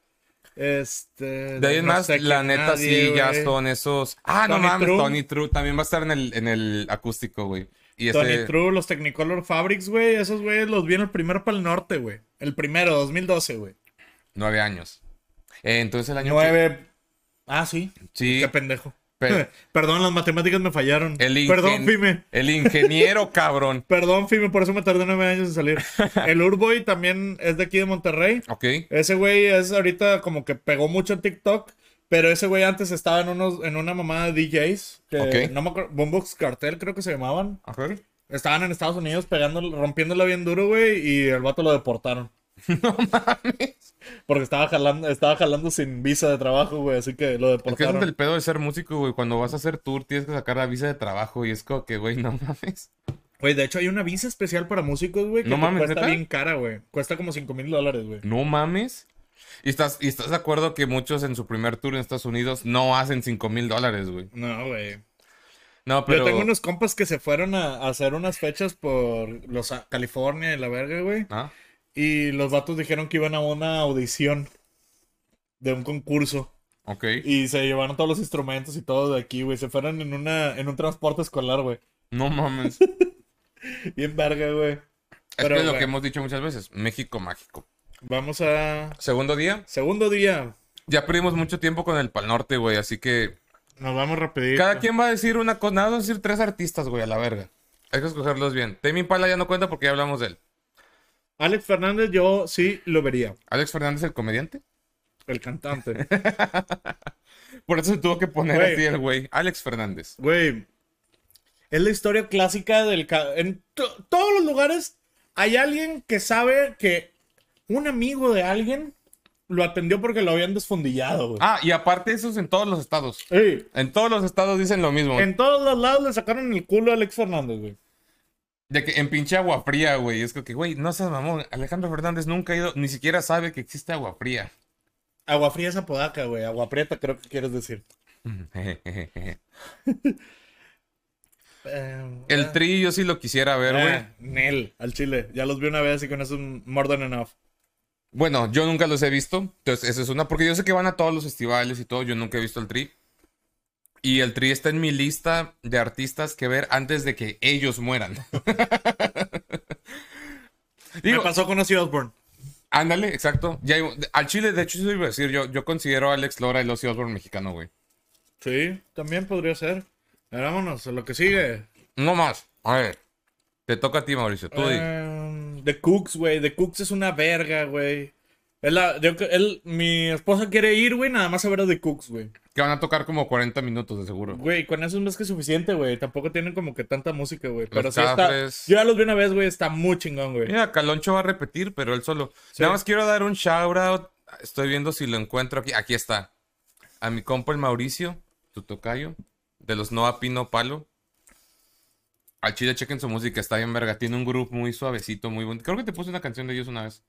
Este.
De ahí en
no
más,
sé
la
quién
neta,
nadie,
sí, ya
güey.
son esos... Ah, no
Tony
mames,
True.
Tony True. También va a estar en el, en el acústico, güey. Y
Tony
ese...
True, los Technicolor Fabrics, güey. Esos güeyes los vi en el primero para el norte, güey. El primero, dos mil doce, güey.
Nueve años. Eh, entonces el año...
Nueve. Ah, sí.
que- Sí.
Qué pendejo.
Pero-
Perdón, las matemáticas me fallaron.
El ingen-
Perdón, Fime.
El ingeniero, cabrón.
Perdón, Fime, por eso me tardé nueve años en salir. El Urboy también es de aquí de Monterrey.
Ok.
Ese güey es ahorita como que pegó mucho en TikTok. Pero ese güey antes estaba en unos, en una mamada de D Js. Que
Ok.
no me acuerdo. Boombox Cartel creo que se llamaban.
Ajá.
Estaban en Estados Unidos pegando, rompiéndola bien duro, güey. Y el vato lo deportaron.
No mames.
Porque estaba jalando, estaba jalando sin visa de trabajo, güey. Así que lo
Es que es
deportaron.
el pedo de ser músico, güey. Cuando vas a hacer tour tienes que sacar la visa de trabajo y es como que, güey, no mames.
Güey, de hecho hay una visa especial para músicos, güey. Que
No
te
mames,
cuesta
¿neta?
bien cara, güey. Cuesta como cinco mil dólares, güey.
No mames. ¿Y estás, y estás de acuerdo que muchos en su primer tour en Estados Unidos no hacen cinco mil dólares, güey?
No, güey.
No, pero...
Yo tengo unos compas que se fueron a, a hacer unas fechas por los a- California y la verga, güey.
¿Ah?
Y los vatos dijeron que iban a una audición de un concurso.
Ok.
Y se llevaron todos los instrumentos y todo de aquí, güey. Se fueron en una, en un transporte escolar, güey.
No mames.
Bien verga, güey.
Es
Pero,
que es lo
güey.
que hemos dicho muchas veces. México mágico.
Vamos a...
Segundo día.
Segundo día.
Ya perdimos mucho tiempo con el Pal Norte, güey, así que...
Nos vamos rapidito.
Cada quien va a decir una cosa. Nada, vamos a decir tres artistas, güey, a la verga. Hay que escogerlos bien. Tame Impala ya no cuenta porque ya hablamos de él.
Alex Fernández yo sí lo vería.
¿Alex Fernández el comediante?
El cantante.
Por eso se tuvo que poner
Güey.
así el güey. Alex Fernández.
Güey. Es la historia clásica del... ca- En to- todos los lugares hay alguien que sabe que un amigo de alguien lo atendió porque lo habían desfondillado, güey.
Ah, y aparte eso es en todos los estados.
Ey,
En todos los estados dicen lo mismo.
en todos los lados le sacaron el culo a Alex Fernández, güey.
De que en pinche agua fría, güey. Es que, güey, no seas mamón. Alejandro Fernández nunca ha ido, ni siquiera sabe que existe agua fría.
Agua fría es Apodaca, güey. Agua prieta creo que quieres decir. Eh,
El
eh,
Tri yo sí lo quisiera ver, güey.
eh, Nel, al chile. Ya los vi una vez y con eso es more than enough.
Bueno, yo nunca los he visto. Entonces, esa es una. Porque yo sé que van a todos los festivales y todo. Yo nunca he visto el Tri. Y el Tri está en mi lista de artistas que ver antes de que ellos mueran. Digo,
Me pasó con Ozzy Osbourne.
ándale, exacto. Ya, hay- al Chile, de hecho, sí iba a decir, yo, yo considero a Alex Lora el Ozzy Osbourne mexicano, güey.
Sí, también podría ser. Ahora vámonos a lo que sigue.
No más. A ver. Te toca a ti, Mauricio. Tú di.
Um, The Cooks, güey. The Cooks es una verga, güey. Él, la- yo- él- mi esposa quiere ir, güey, nada más a ver a The Cooks, güey.
Que van a tocar como cuarenta minutos, de seguro.
Güey, con eso es más que suficiente, güey. Tampoco tienen como que tanta música, güey. Pero
Los
sí está.
Cafres.
Yo ya los vi una vez, güey. Está muy chingón, güey.
Mira, Caloncho va a repetir, pero él solo.
Sí.
Nada más quiero dar un shout out. Estoy viendo si lo encuentro aquí. Aquí está. A mi compa el Mauricio, tu tocayo, de los Noa Pino Palo. Al chile chequen su música, está bien verga. Tiene un grupo muy suavecito, muy bonito. Creo que te puse una canción de ellos una vez.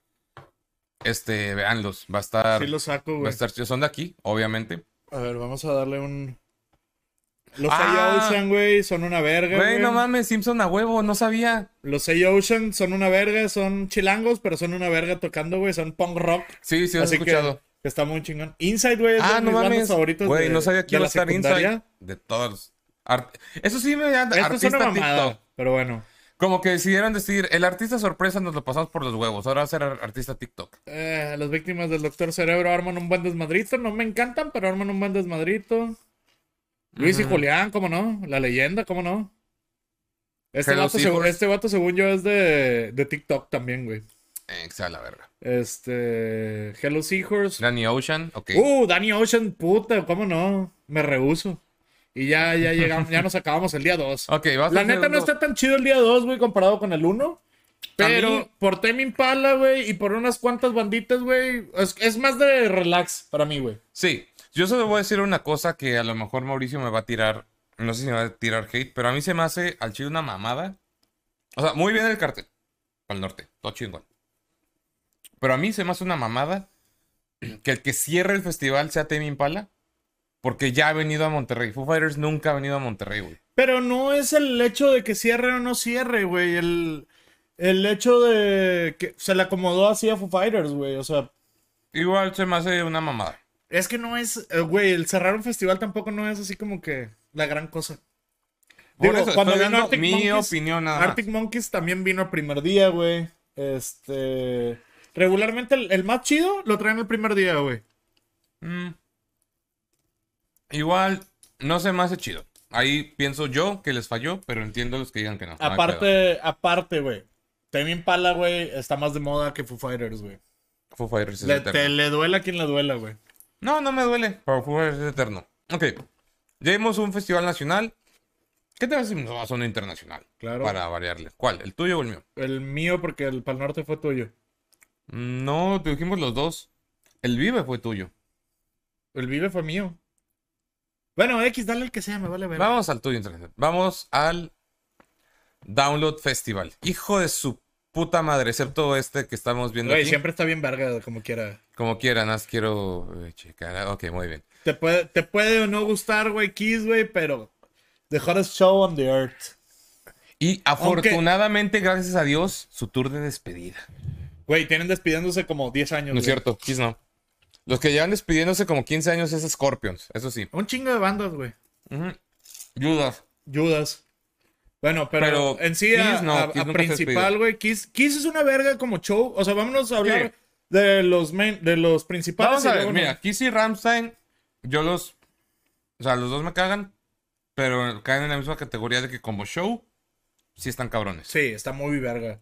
Este, véanlos. Va a estar.
Sí lo saco,
Va a
güey.
estar chido. Son de aquí, obviamente.
A ver, vamos a darle un. Los
Ah.
A Ocean, güey, son una verga,
Güey,
güey.
no mames, Simpson a huevo, no sabía.
Los A Ocean son una verga, son chilangos, pero son una verga tocando, güey. Son punk rock.
Sí, sí, lo he
Así que
escuchado.
está muy chingón. Inside, güey, es
Ah,
de
no
mis bandas
mames.
favoritas
Güey,
de-
no sabía que
de
iba a
la
estar
secundaria.
Inside. De todos los. Art- Eso sí me da
Esto es
artista
una mamada,
TikTok.
pero bueno.
Como que decidieron decir, el artista sorpresa nos lo pasamos por los huevos. Ahora va a ser ar- artista TikTok.
Eh, las víctimas del Doctor Cerebro arman un buen desmadrito. No me encantan, pero arman un buen desmadrito. Luis y
Ujú.
Julián, ¿cómo no? La leyenda, ¿cómo no? Este,
Hello,
vato,
Seahorse.
segu- este vato, según yo, es de, de TikTok también, güey.
Eh, que sea la verga.
Este. Hello Seahorse.
Danny Ocean, ok.
Uh, Danny Ocean, puta, ¿cómo no? Me rehuso. Y ya, ya llegamos, ya nos acabamos el día dos.
Ok, vas
La
al
neta no
segundo.
está tan chido el día dos, güey, comparado con el uno. Pero
mí-
por Tame Impala, güey, y por unas cuantas banditas, güey, es, es más de relax para mí, güey.
Sí, yo solo voy a decir una cosa que a lo mejor Mauricio me va a tirar. No sé si me va a tirar hate, pero a mí se me hace al chile una mamada. O sea, muy bien el cartel. Al norte, todo chingón. Pero a mí se me hace una mamada que el que cierre el festival sea Tame Impala. Porque ya ha venido a Monterrey. Foo Fighters nunca ha venido a Monterrey, güey.
Pero no es el hecho de que cierre o no cierre, güey. El, el hecho de que se le acomodó así a Foo Fighters, güey. O sea,
Igual se me hace una mamada.
es que no es, eh, güey, el cerrar un festival tampoco no es así como que la gran cosa.
Por
Digo,
eso
cuando
estoy
vino
dando
Arctic
mi
Monkeys,
opinión nada más.
Arctic Monkeys también vino el primer día, güey. Este. Regularmente el, el más chido lo traen el primer día, güey.
Mm. Igual, no se me hace chido. Ahí pienso yo que les falló, pero entiendo los que digan que no. No hay pedo.
Aparte, aparte, güey. Tame Impala, güey, está más de moda que Foo Fighters, güey.
Foo Fighters es
Le,
eterno.
te le duela a quien le duela, güey.
No, no me duele, pero Foo Fighters es eterno. Ok, ya vimos un festival nacional. ¿Qué te parece si nos vamos a uno internacional?
Claro.
Para variarle. ¿Cuál? ¿El tuyo o el mío?
El mío, porque el Pal Norte fue tuyo.
No, te dijimos los dos. El Vive fue tuyo.
El Vive fue mío. Bueno, X, dale el que sea, me vale ver.
Vamos al tuyo internacional. Vamos al Download Festival. Hijo de su puta madre, excepto este que estamos viendo
Güey,
aquí.
siempre está bien verga, como quiera.
Como quieran, más quiero eh, checar. Ok, muy bien.
Te puede, te puede o no gustar, güey, Kiss, güey, pero the hottest show on the earth.
Y afortunadamente, gracias a Dios, su tour de despedida.
Güey, tienen despidiéndose como diez años,
No es
güey.
cierto, Kiss no. Los que llevan despidiéndose como quince años es Scorpions, eso sí.
Un chingo de bandas, güey.
Ujú. Judas.
Judas. Bueno, pero,
Pero
en sí, a,
Kiss no,
a-
Kiss
a
nunca se
principal,
despidió.
güey, Kiss, Kiss es una verga como show. O sea, vámonos a hablar
Sí.
De los main, de los principales.
Vamos a
y
ver,
luego
mira,
no.
Kiss y Rammstein, yo los... O sea, los dos me cagan, pero caen en la misma categoría de que como show, sí están cabrones.
Sí, está muy verga.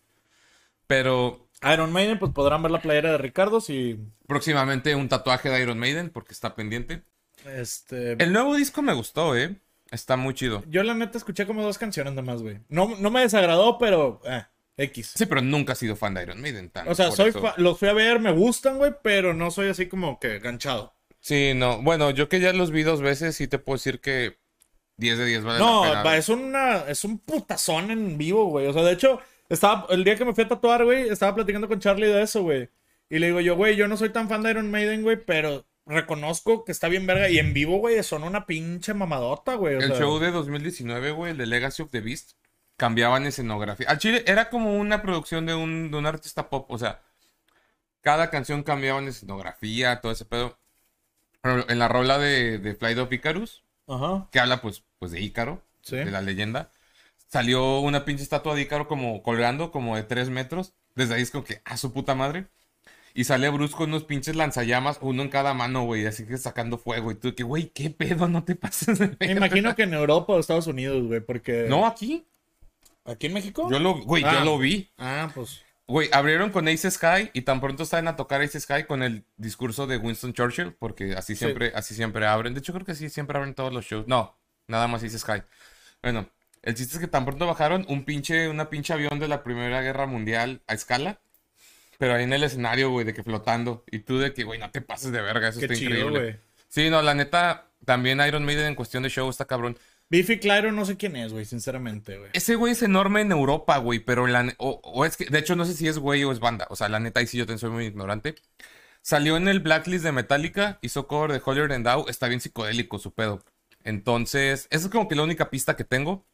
Pero
Iron Maiden, pues podrán ver la playera de Ricardo si...
próximamente un tatuaje de Iron Maiden, porque está pendiente.
Este...
El nuevo disco me gustó, ¿eh? Está muy chido.
Yo la neta escuché como dos canciones nada más, güey. No, no me desagradó, pero... Eh, X.
Sí, pero nunca he sido fan de Iron Maiden. Tan,
O sea,
por
soy
eso.
fa- los fui a ver, me gustan, güey, pero no soy así como que ganchado.
Sí, no. Bueno, yo que ya los vi dos veces, sí te puedo decir que diez de diez vale la
No,
pena.
va, es una, es un putazón en vivo, güey. O sea, de hecho, estaba, el día que me fui a tatuar, güey, estaba platicando con Charlie de eso, güey. Y le digo yo, güey, yo no soy tan fan de Iron Maiden, güey, pero reconozco que está bien verga. Y en vivo, güey, son una pinche mamadota, güey. O
El
sea,
show de dos mil diecinueve, güey, el de Legacy of the Beast, cambiaban escenografía. Al chile era como una producción de un, de un artista pop. O sea, cada canción cambiaba en escenografía, todo ese pedo. Por ejemplo, en la rola de, de Flight of Icarus,
ajá,
que habla pues, pues de Ícaro,
sí.
de la leyenda, salió una pinche estatua de Ícaro como colgando, como de tres metros. Desde ahí es como que, a su puta madre. Y sale Bruce con unos pinches lanzallamas, uno en cada mano, güey, así que sacando fuego. Y tú, de que, güey, ¿qué pedo? No te pases de
Me
verga.
imagino que en Europa o Estados Unidos, güey, porque...
No, aquí.
¿Aquí en México?
Yo lo, güey,
Ah.
yo lo vi.
Ah, pues...
Güey, abrieron con Ace Sky y tan pronto estaban a tocar Ace Sky con el discurso de Winston Churchill, porque así
Sí.
siempre, así siempre abren. De hecho, creo que sí, siempre abren todos los shows. No, nada más Ace Sky. Bueno, el chiste es que tan pronto bajaron un pinche, una pinche avión de la Primera Guerra Mundial a escala, pero ahí en el escenario, güey, de que flotando. Y tú de que, güey, no te pases de verga, eso
Qué
está
chido,
increíble.
güey.
Sí, no, la neta, también Iron Maiden en cuestión de show está cabrón.
Biffy Clyro no sé quién es, güey, sinceramente, güey.
Ese güey es enorme en Europa, güey, pero la... ne- O, o es que, de hecho, no sé si es güey o es banda. O sea, la neta, ahí sí yo te soy muy ignorante. Salió en el Blacklist de Metallica, hizo cover de Holier than Thou, está bien psicodélico su pedo. Entonces, esa es como que la única pista que tengo.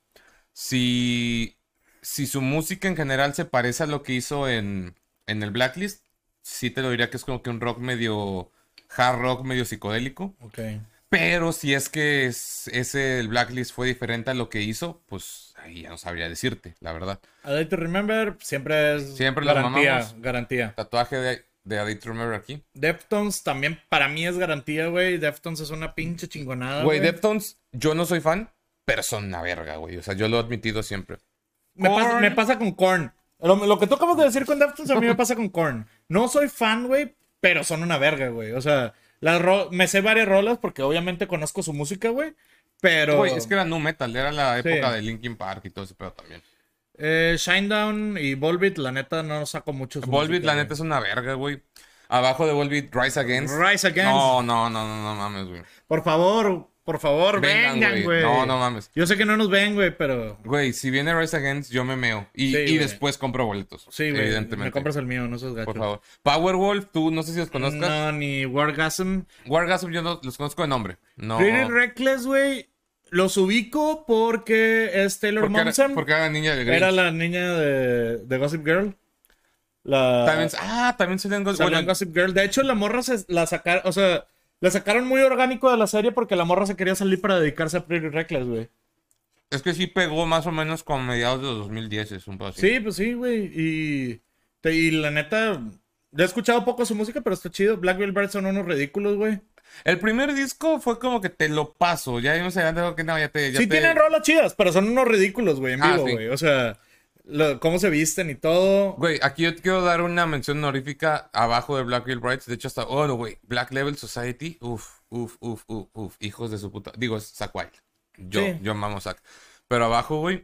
Si, si su música en general se parece a lo que hizo en, en el Blacklist, sí te lo diría que es como que un rock medio... hard rock medio psicodélico.
Ok.
Pero si es que es- ese el Blacklist fue diferente a lo que hizo, pues ahí ya no sabría decirte, la verdad.
A Day to Remember siempre es
Siempre lo
garantía,
mamamos.
garantía.
Tatuaje de, de A Day to Remember aquí.
Deftones también para mí es garantía, güey. Deftones es una pinche chingonada,
Güey,
güey.
Deftones, yo no soy fan, pero son una verga, güey. O sea, yo lo he admitido siempre.
Me pasa,
Korn.
me pasa con Korn. Lo, lo que tú acabas de decir con Deftones a mí me pasa con Korn. No soy fan, güey, pero son una verga, güey. O sea, las ro- me sé varias rolas porque obviamente conozco su música, güey. Pero...
Güey, es que era nu metal, era la
Sí.
época de Linkin Park y todo ese pedo también.
Eh, Shinedown y Volbeat, la neta, no saco mucho su
Volbeat,
música,
la
güey.
neta, es una verga, güey. Abajo de Volbeat, Rise Against.
Rise Against.
No, no, no, no, no mames, güey.
Por favor, por favor,
Vengan,
vengan,
güey.
güey.
No, no mames.
Yo sé que no nos ven, güey, pero...
Güey, si viene Rise Against, yo me meo. Y,
Sí,
y
güey.
después compro boletos.
Sí, güey.
Evidentemente.
Me compras el mío, no seas gacho.
Por favor. Powerwolf, tú no sé si los conozcas.
No, ni Wargasm.
Wargasm yo no, los conozco de nombre. No.
Pretty Reckless, güey. Los ubico porque es Taylor
Porque era,
Momsen.
porque era niña de Grinch.
Era la niña de, de Gossip Girl. La...
También, ah, también salían Ghost-
salió en
bueno,
Gossip Girl. De hecho, la morra se la sacaron, o sea, la sacaron muy orgánico de la serie porque la morra se quería salir para dedicarse a Pretty Reckless, güey.
es que sí pegó más o menos con mediados de los dos mil diez, es un poco así.
Sí, pues sí, güey. Y, te- y la neta, he escuchado poco su música, pero está chido. Black Veil Brides son unos ridículos, güey.
El primer disco fue como que te lo paso. Ya no sé, ya tengo que no, ya te. Ya
Sí
te-
tienen rolas chidas, pero son unos ridículos, güey, en
Ah,
vivo,
sí.
güey. O sea, lo- cómo se visten y todo.
Güey, aquí yo te quiero dar una mención honorífica abajo de Black Veil Brides. De hecho, hasta. Oh, no, güey. Black Level Society. Uf, uf, uf, uf, uf. Hijos de su puta. Digo, es Zack Wild. Yo,
Sí.
yo mamo Zack. Pero abajo, güey.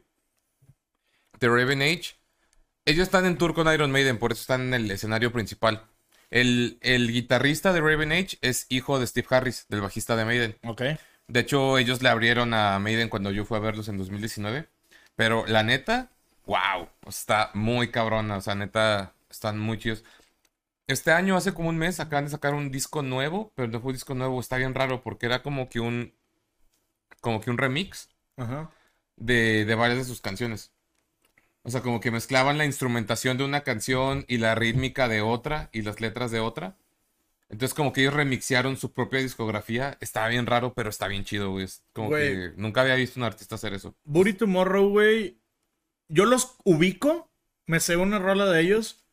The Raven Age. Ellos están en tour con Iron Maiden, por eso están en el escenario principal. El, el guitarrista de Raven Age es hijo de Steve Harris, del bajista de Maiden.
Ok.
De hecho, ellos le abrieron a Maiden cuando yo fui a verlos en dos mil diecinueve. Pero la neta, wow, está muy cabrona. O sea, neta, están muy chidos. Este año, hace como un mes, acaban de sacar un disco nuevo, pero no fue un disco nuevo, está bien raro porque era como que un, como que un remix
Ajá.
de, de varias de sus canciones. O sea, como que mezclaban la instrumentación de una canción y la rítmica de otra y las letras de otra. Entonces como que ellos remixearon su propia discografía. Estaba bien raro, pero está bien chido, güey. Es como
Güey.
que nunca había visto un artista hacer eso.
Booty Tomorrow, güey. Yo los ubico. Me sé una rola de ellos.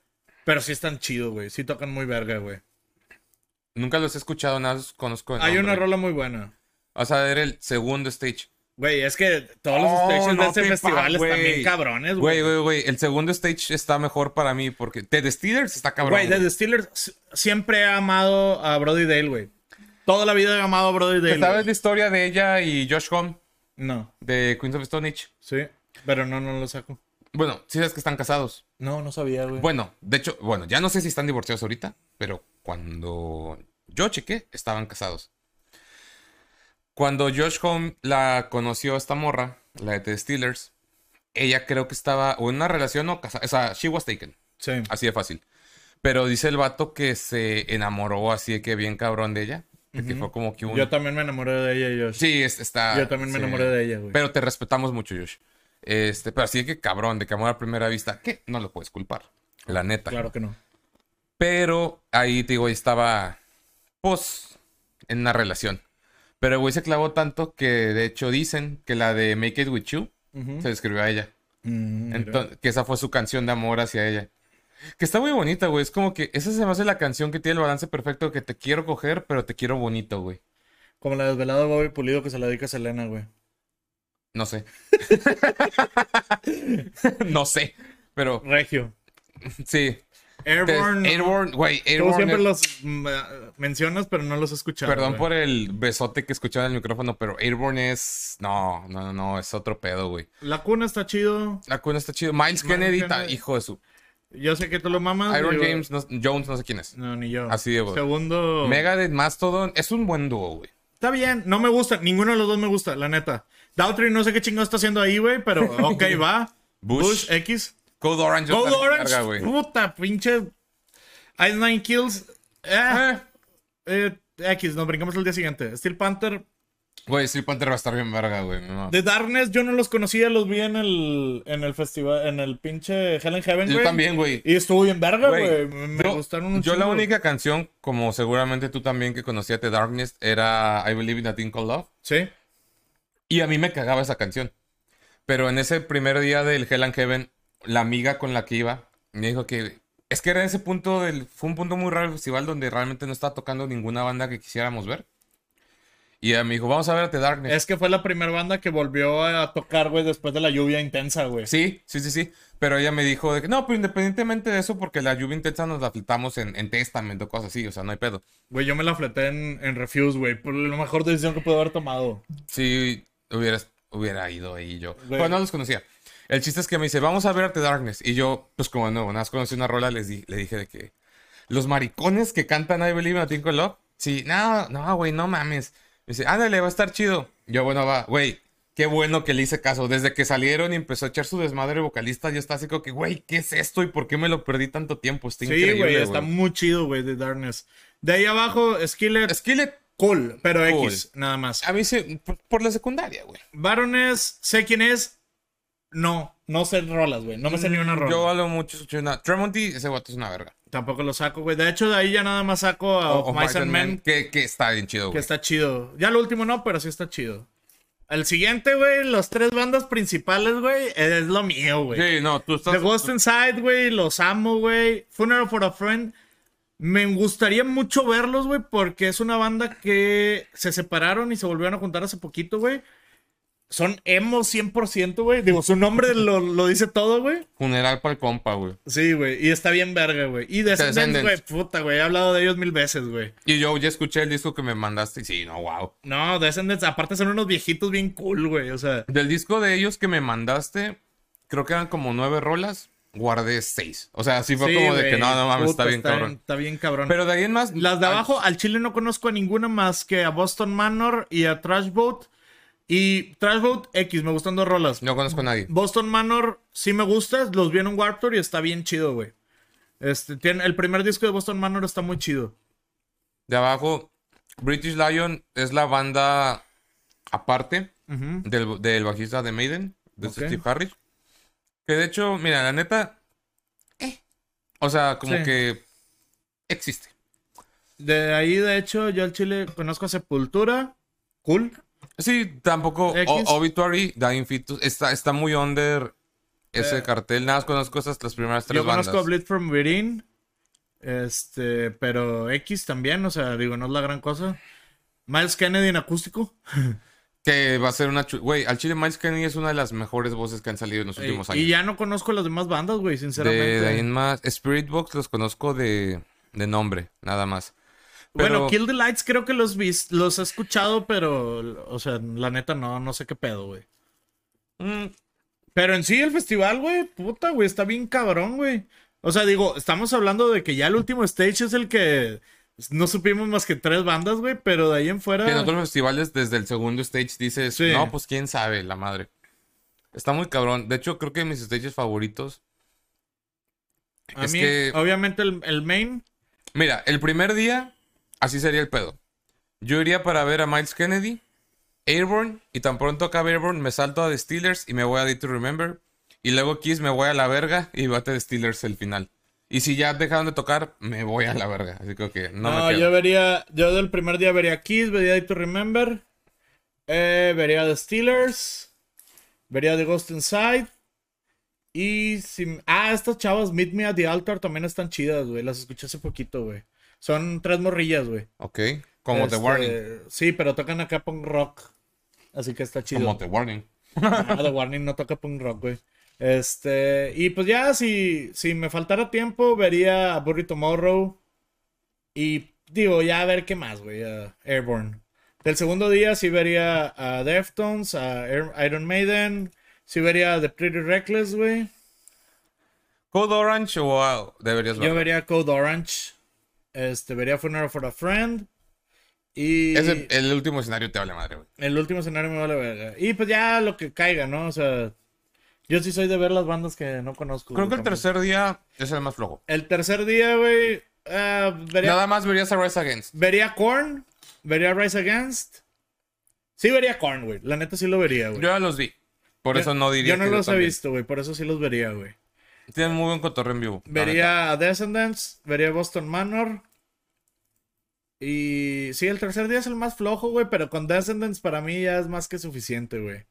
Pero sí están chidos, güey. Sí tocan muy verga, güey.
Nunca los he escuchado, nada, los conozco el
Hay
nombre.
una rola muy buena.
Vas a ver el segundo stage.
Güey, es que todos los
Oh,
stages
no
de ese
te
festival
pa-
están
güey.
bien cabrones,
Güey,
güey.
güey, güey. El segundo stage está mejor para mí porque The Steelers está cabrón.
Güey, de The Steelers s- siempre he amado a Brody Dale, güey. Toda la vida he amado a Brody Dale.
¿Sabes
güey.
la historia de ella y Josh Homme
No,
de Queens of Stone Age?
sí. Pero no, no lo saco.
Bueno, sí sabes que están casados.
No, no sabía, güey.
Bueno, de hecho, bueno, ya no sé si están divorciados ahorita, pero cuando yo chequé, estaban casados. Cuando Josh Homme la conoció a esta morra, la de The Steelers, ella creo que estaba o en una relación o casada. O sea, she was taken.
Sí.
Así de fácil. Pero dice el vato que se enamoró así de que bien cabrón de ella. De que
Ujú.
fue como que un...
Yo también me enamoré de ella, Josh.
Sí, es- está...
Yo también me
sí.
enamoré de ella, güey.
Pero te respetamos mucho, Josh. Este, pero así de que cabrón, de que amor a primera vista, que no lo puedes culpar. La neta.
Claro que no.
Pero ahí, te digo, ahí estaba, pues, en una relación. Pero el güey se clavó tanto que, de hecho, dicen que la de Make It With You
Ujú.
se le escribió a ella.
Mm, mira.
Entonces, que esa fue su canción de amor hacia ella. Que está muy bonita, güey. Es como que esa se me hace la canción que tiene el balance perfecto, que te quiero coger, pero te quiero bonito, güey.
Como la desvelada de Bobby Pulido que se la dedica a Selena, güey.
No sé. No sé. Pero
Regio.
sí.
Airborne.
Entonces, Airborne, güey,
Tú
Airborne.
siempre
es-
los mm, eh, mencionas, pero no los he escuchado.
Perdón
güey.
por el besote que escuchaba en el micrófono, pero Airborne es. No, no, no, no, es otro pedo, güey.
La cuna está chido.
La cuna está chido. Miles,
Miles
Kennedy, ta-
Kennedy.
hijo de su.
Yo sé que tú lo mamas.
Iron
digo-
James, no- Jones, no sé quién es.
No, ni yo.
Así de, güey.
Segundo.
Megadeth, Mastodon, es un buen dúo, güey.
Está bien, no me gusta. Ninguno de los dos me gusta, la neta. Daughtry no sé qué chingado está haciendo ahí, güey, pero ok, va.
Bush.
Bush, X.
Code Orange,
Gold
está bien
Orange.
verga, güey.
Puta, pinche. Ice Nine Kills. Eh,
Eh,
eh, X, nos brincamos el día siguiente. Steel Panther.
Güey, Steel Panther va a estar bien verga, güey. No.
The Darkness, yo no los conocía, los vi en el, en el festival, en el pinche Hell in Heaven,
Yo
güey.
también, güey.
Y estuvo bien verga,
Güey,
güey. Me me
yo,
gustaron un
yo la
chingo.
única canción, como seguramente tú también que conocías The Darkness, era I Believe in a Thing Called Love.
Sí.
Y a mí me cagaba esa canción. Pero en ese primer día del Hell and Heaven, la amiga con la que iba me dijo que es que era ese punto del... Fue un punto muy raro del festival donde realmente no estaba tocando ninguna banda que quisiéramos ver. Y ella me dijo, vamos a ver a The Darkness.
Es que fue la primera banda que volvió a tocar, güey, después de la lluvia intensa, güey.
Sí, sí, sí, sí. Pero ella me dijo de que no, pero independientemente de eso, porque la lluvia intensa nos la flitamos en, en Testament o cosas así, o sea, no hay pedo.
Güey, yo me la fleté en, en Refuse, güey. Por la mejor decisión que pude haber tomado.
Sí, hubieras, hubiera ido ahí yo.
Güey.
Pero no los conocía. El chiste es que me dice, vamos a ver a The Darkness. Y yo, pues como de nuevo, nada más conocí una rola, les di, le dije de que los maricones que cantan I Believe in a Thing Called Love. Sí, no, no, güey, no mames. Me dice, ándale, va a estar chido. Yo, bueno, va, güey, qué bueno que le hice caso. Desde que salieron y empezó a echar su desmadre vocalista, yo estaba así como que, güey, ¿qué es esto? ¿Y por qué me lo perdí tanto tiempo? Está
Sí,
increíble,
güey,
güey.
está muy chido, güey, The Darkness. De ahí abajo, Skillet,
Skillet,
cool, pero
Cool.
X, nada más.
a mí sí, por, por la secundaria, güey.
Barones, sé quién es. No, no sé rolas, güey. No me sé ni una rola.
Yo hablo mucho, escuché una... Tremonti, ese guato es una verga.
Tampoco lo saco, güey. De hecho, de ahí ya nada más saco a
O-
Of
o
Mice and Men,
Que, que está bien chido,
que
güey.
está chido. Ya lo último no, pero sí está chido. El siguiente, güey, las tres bandas principales, güey, es lo mío, güey.
Sí, no, tú estás...
The Ghost Inside, güey, los amo, güey. Funeral for a Friend. Me gustaría mucho verlos, güey, porque es una banda que se separaron y se volvieron a juntar hace poquito, güey. Son emo cien por ciento, güey. Digo, su nombre lo, lo dice todo, güey.
Funeral para el compa, güey.
Sí, güey. Y está bien verga, güey. Y Descendants, güey.
Descendants.
Puta, güey. He hablado de ellos mil veces, güey.
Y yo ya escuché el disco que me mandaste y sí, no, wow.
No, Descendants, aparte son unos viejitos bien cool, güey. O sea,
Del disco de ellos que me mandaste, creo que eran como nueve rolas, guardé seis. O sea, sí fue
sí,
como de
güey.
que no, no mames,
Puta,
está bien cabrón.
Está bien cabrón.
Pero de ahí en más...
Las de
ah,
abajo, al chile no conozco a ninguna más que a Boston Manor y a Trash Boat. Y Trash Boat X, me gustan dos rolas.
No conozco a nadie.
Boston Manor sí me gusta, los vi en un Warped Tour y está bien chido, güey. Este, tiene, el primer disco de Boston Manor está muy chido.
De abajo, British Lion es la banda aparte
Ujú.
del, del bajista de Maiden, de
Ok.
Steve Harris. Que de hecho, mira, la neta... eh. O sea, como
Sí.
que existe.
De ahí, de hecho, yo al chile conozco a Sepultura. Cool.
Sí, tampoco.
X.
O- Obituary, Dying Fetus. Está, está muy under ese
Eh.
cartel. Nada más conozco esas las primeras tres
Yo
bandas.
conozco a Bleed From Within. Este, pero X también, o sea, digo, no es la gran cosa. Miles Kennedy en acústico.
Que va a ser una... chu- Güey, al chile Miles Kennedy es una de las mejores voces que han salido en los
Y,
últimos
y
años.
ya no conozco las demás bandas, güey,
De,
sinceramente.
de ahí en más... Spirit Box los conozco de, de nombre, nada más.
Bueno,
Pero...
Kill the Lights creo que los vis- los he escuchado, pero, o sea, la neta no, no sé qué pedo, güey.
mm,
Pero en sí el festival, güey, puta, güey, está bien cabrón, güey. O sea, digo, estamos hablando de que ya el último stage es el que no supimos más que tres bandas, güey, pero de ahí en fuera...
que en otros festivales, desde el segundo stage dices,
Sí.
no, pues quién sabe, la madre. Está muy cabrón. De hecho, creo que mis stages favoritos...
A
es
mí,
que...
obviamente, el, el main...
Mira, el primer día, así sería el pedo. Yo iría para ver a Miles Kennedy, Airborne, y tan pronto acabe Airborne, me salto a The Steelers y me voy a Day to Remember. Y luego Kiss me voy a la verga y va a The Steelers el final. Y si ya dejaron de tocar, me voy a la verga. Así que, que no,
No,
me quedo.
yo vería... Yo del primer día vería Kiss, vería Day to Remember, eh, vería The Steelers, vería The Ghost Inside, y si... Ah, estas chavas, Meet Me at the Altar, también están chidas, güey. Las escuché hace poquito, güey. Son tres morrillas, güey.
Ok, como The
Este,
Warning.
Sí, pero tocan acá punk rock. Así que está chido.
Como The Warning.
Ah, The Warning no toca punk rock, güey. Este, y pues ya, si, si me faltara tiempo, vería a Burry Tomorrow. Y digo, ya a ver qué más, güey. A Airborne. Del segundo día, sí vería a Deftones, a Air- Iron Maiden. Sí vería a The Pretty Reckless, güey.
Code Orange o wow, deberías
Yo
verlo.
vería Code Orange. Este, vería Funeral for a Friend. Y
Ese, el último escenario te vale madre, güey.
el último escenario me vale verga. Y pues ya lo que caiga, ¿no? O sea, yo sí soy de ver las bandas que no conozco.
Creo que
güey,
el
tampoco.
tercer día es el más flojo.
El tercer día, güey, ah, vería,
Nada más verías a Rise Against.
vería Korn, vería Rise Against. Sí vería Korn, güey. La neta sí lo vería, güey.
Yo ya los vi. Por
Yo-
eso no diría
Yo no
que
los he
también.
visto, güey. Por eso sí los vería, güey.
Tienen muy buen cotorreo en vivo. la neta.
Vería a Descendants, vería Boston Manor. Y sí, el tercer día es el más flojo, güey. Pero con Descendants para mí ya es más que suficiente, güey.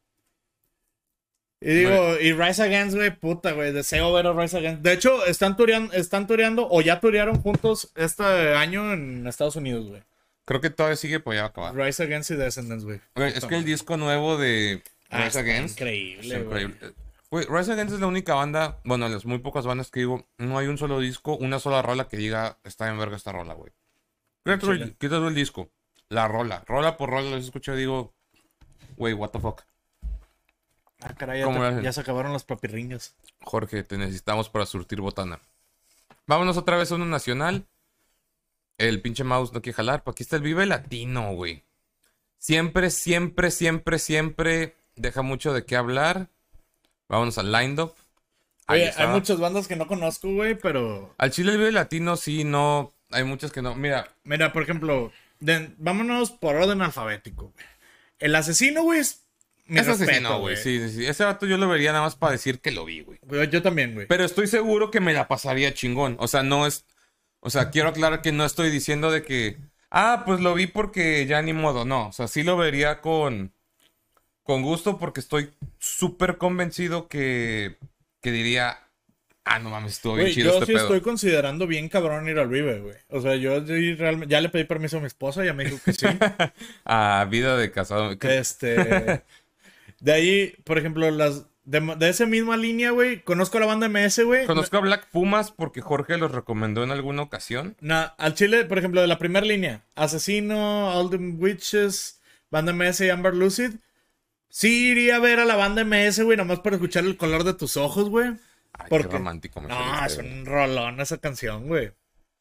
Y digo, y Rise Against, güey, puta, güey. Deseo ver a Rise Against. De hecho, están tureando, están tureando o ya turearon juntos este año en Estados Unidos, güey.
Creo que todavía sigue, pues ya va a acabar.
Rise Against y Descendants, güey.
Güey, es que el disco nuevo de
Ah,
Rise
está
Against
increíble,
es
güey.
increíble. Güey, Rise Against es la única banda, bueno, de las muy pocas bandas que digo, no hay un solo disco, una sola rola que diga, está en verga esta rola, güey. Quita tú el,
Chile.
quita tú el disco, la rola, rola por rola, los escucho y digo, güey, what the fuck.
Ah, caray, ya,
¿Cómo
te-
lo hacen?
ya se acabaron las papirriñas.
Jorge, te necesitamos para surtir botana. Vámonos otra vez a uno nacional. El pinche mouse no quiere jalar, pero aquí está el Vive Latino, güey. Siempre, siempre, siempre, siempre deja mucho de qué hablar. Vámonos al line-up. Ahí
Oye, hay
está.
muchas bandas que no conozco, güey, pero...
Al Chile el Vive Latino sí, no. Hay muchas que no. Mira,
Mira, por ejemplo, de- vámonos por orden alfabético, güey. El Asesino, güey, es... Mi
ese
respeto,
asesino, güey. Sí, sí, sí. Ese vato yo lo vería nada más para decir que lo vi, güey.
Güey, yo también, güey.
Pero estoy seguro que me la pasaría chingón. O sea, no es. O sea, quiero aclarar que no estoy diciendo de que. Ah, pues lo vi porque ya ni modo. No. O sea, sí lo vería con. Con gusto porque estoy súper convencido que. Que diría. Ah, no mames, estuvo bien
Güey,
chido
yo
este
sí
pedo.
estoy considerando bien cabrón ir al Vive, güey. O sea, yo sí realmente... Ya le pedí permiso a mi esposa, ya me dijo que sí.
Ah, vida de casado. ¿Qué?
Este... De ahí, por ejemplo, las... De, de esa misma línea, güey, conozco a la banda M S, güey.
Conozco a Black Pumas porque Jorge los recomendó en alguna ocasión.
Na- al Chile, por ejemplo, de la primera línea, Asesino, All the Witches, Banda M S y Amber Lucid. Sí iría a ver a la banda M S, güey, nomás para escuchar el color de tus ojos, güey.
Ay,
¿Por
qué
qué?
romántico me
No,
saliste,
es
güey.
un rolón esa canción, güey.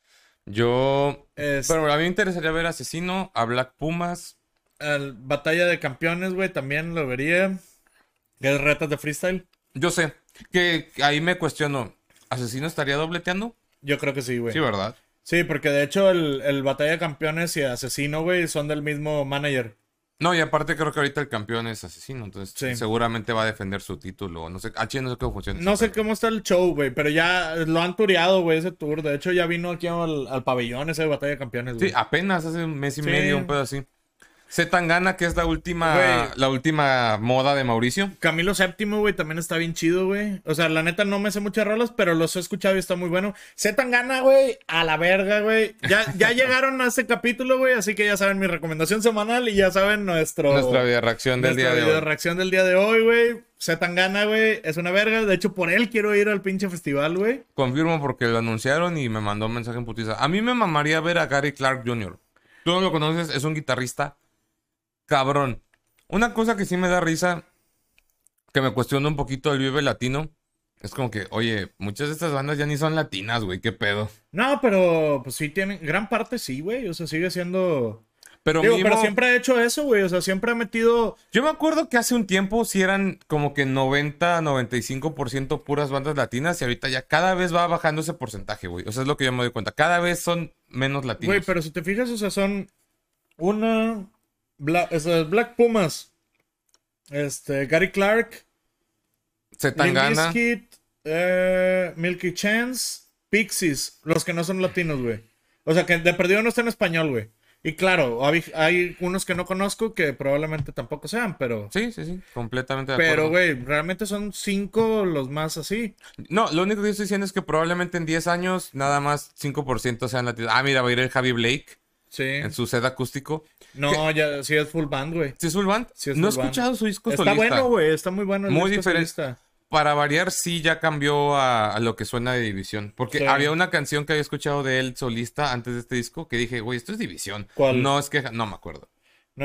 Yo.
Es
Pero a mí me interesaría ver a Asesino, a Black Pumas.
el Batalla de Campeones, güey, también lo vería. Que es retas de freestyle.
Yo sé que ahí me cuestiono. ¿Asesino estaría dobleteando?
Yo creo que sí, güey.
Sí, ¿verdad?
Sí, porque de hecho el, el Batalla de Campeones y Asesino, güey, son del mismo manager.
No, y aparte creo que ahorita el campeón es Asesino, entonces
Sí.
seguramente va a defender su título. No sé, a Chile no sé cómo funciona.
No
ese
sé
pedo.
cómo está el show, güey, pero ya lo han tureado, güey, ese tour. De hecho, ya vino aquí al, al pabellón ese de Batalla de Campeones, güey.
Sí, apenas hace un mes y
Sí.
medio, un pedo así. Zetangana, que es la última,
Güey.
la última moda de Mauricio.
Camilo Séptimo, güey, también está bien chido, güey. O sea, la neta no me sé muchas rolas, pero los he escuchado y está muy bueno. Zetangana, güey, a la verga, güey. Ya, ya llegaron a este capítulo, güey, así que ya saben mi recomendación semanal y ya saben nuestro...
Nuestra video reacción del
nuestra
día de
video
hoy.
reacción del día de hoy, güey. Zetangana, güey, es una verga. De hecho, por él quiero ir al pinche festival, güey.
Confirmo porque lo anunciaron y me mandó un mensaje en putiza. A mí me mamaría ver a Gary Clark junior Tú no lo conoces, es un guitarrista cabrón. Una cosa que sí me da risa, que me cuestiona un poquito el Vive Latino, es como que, oye, muchas de estas bandas ya ni son latinas, güey, qué pedo.
No, pero pues sí tienen... Gran parte sí, güey. O sea, sigue siendo...
Pero,
Digo,
mismo,
pero siempre ha hecho eso, güey. O sea, siempre ha metido...
yo me acuerdo que hace un tiempo sí eran como que noventa, noventa y cinco por ciento puras bandas latinas y ahorita ya cada vez va bajando ese porcentaje, güey. O sea, es lo que yo me doy cuenta. Cada vez son menos latinos.
Güey, pero si te fijas, o sea, son una... Bla... o sea, Black Pumas. Este, Gary Clark.
Zetangana.
Limp Bizkit, eh, Milky Chance, Pixies, los que no son latinos, güey. O sea, que de perdido no está en español, güey. Y claro, hay, hay unos que no conozco que probablemente tampoco sean, pero...
Sí, sí, sí, completamente de
Pero,
acuerdo.
güey, realmente son cinco los más así.
No, lo único que yo estoy diciendo es que probablemente en diez años nada más cinco por ciento sean latinos. Ah, mira, va a ir el Javi Blake
Sí.
en su set acústico.
No, ya sí es full band, güey.
¿Sí es full band?
Sí es
No he
full band.
escuchado su disco
Está
solista.
bueno, güey, está muy bueno el
Muy
disco
diferente.
solista.
Para variar, sí ya cambió a, a lo que suena de División. Porque
Sí.
había una canción que había escuchado de él solista antes de este disco que dije, güey, esto es División.
¿Cuál?
No es que... No me acuerdo.
¿No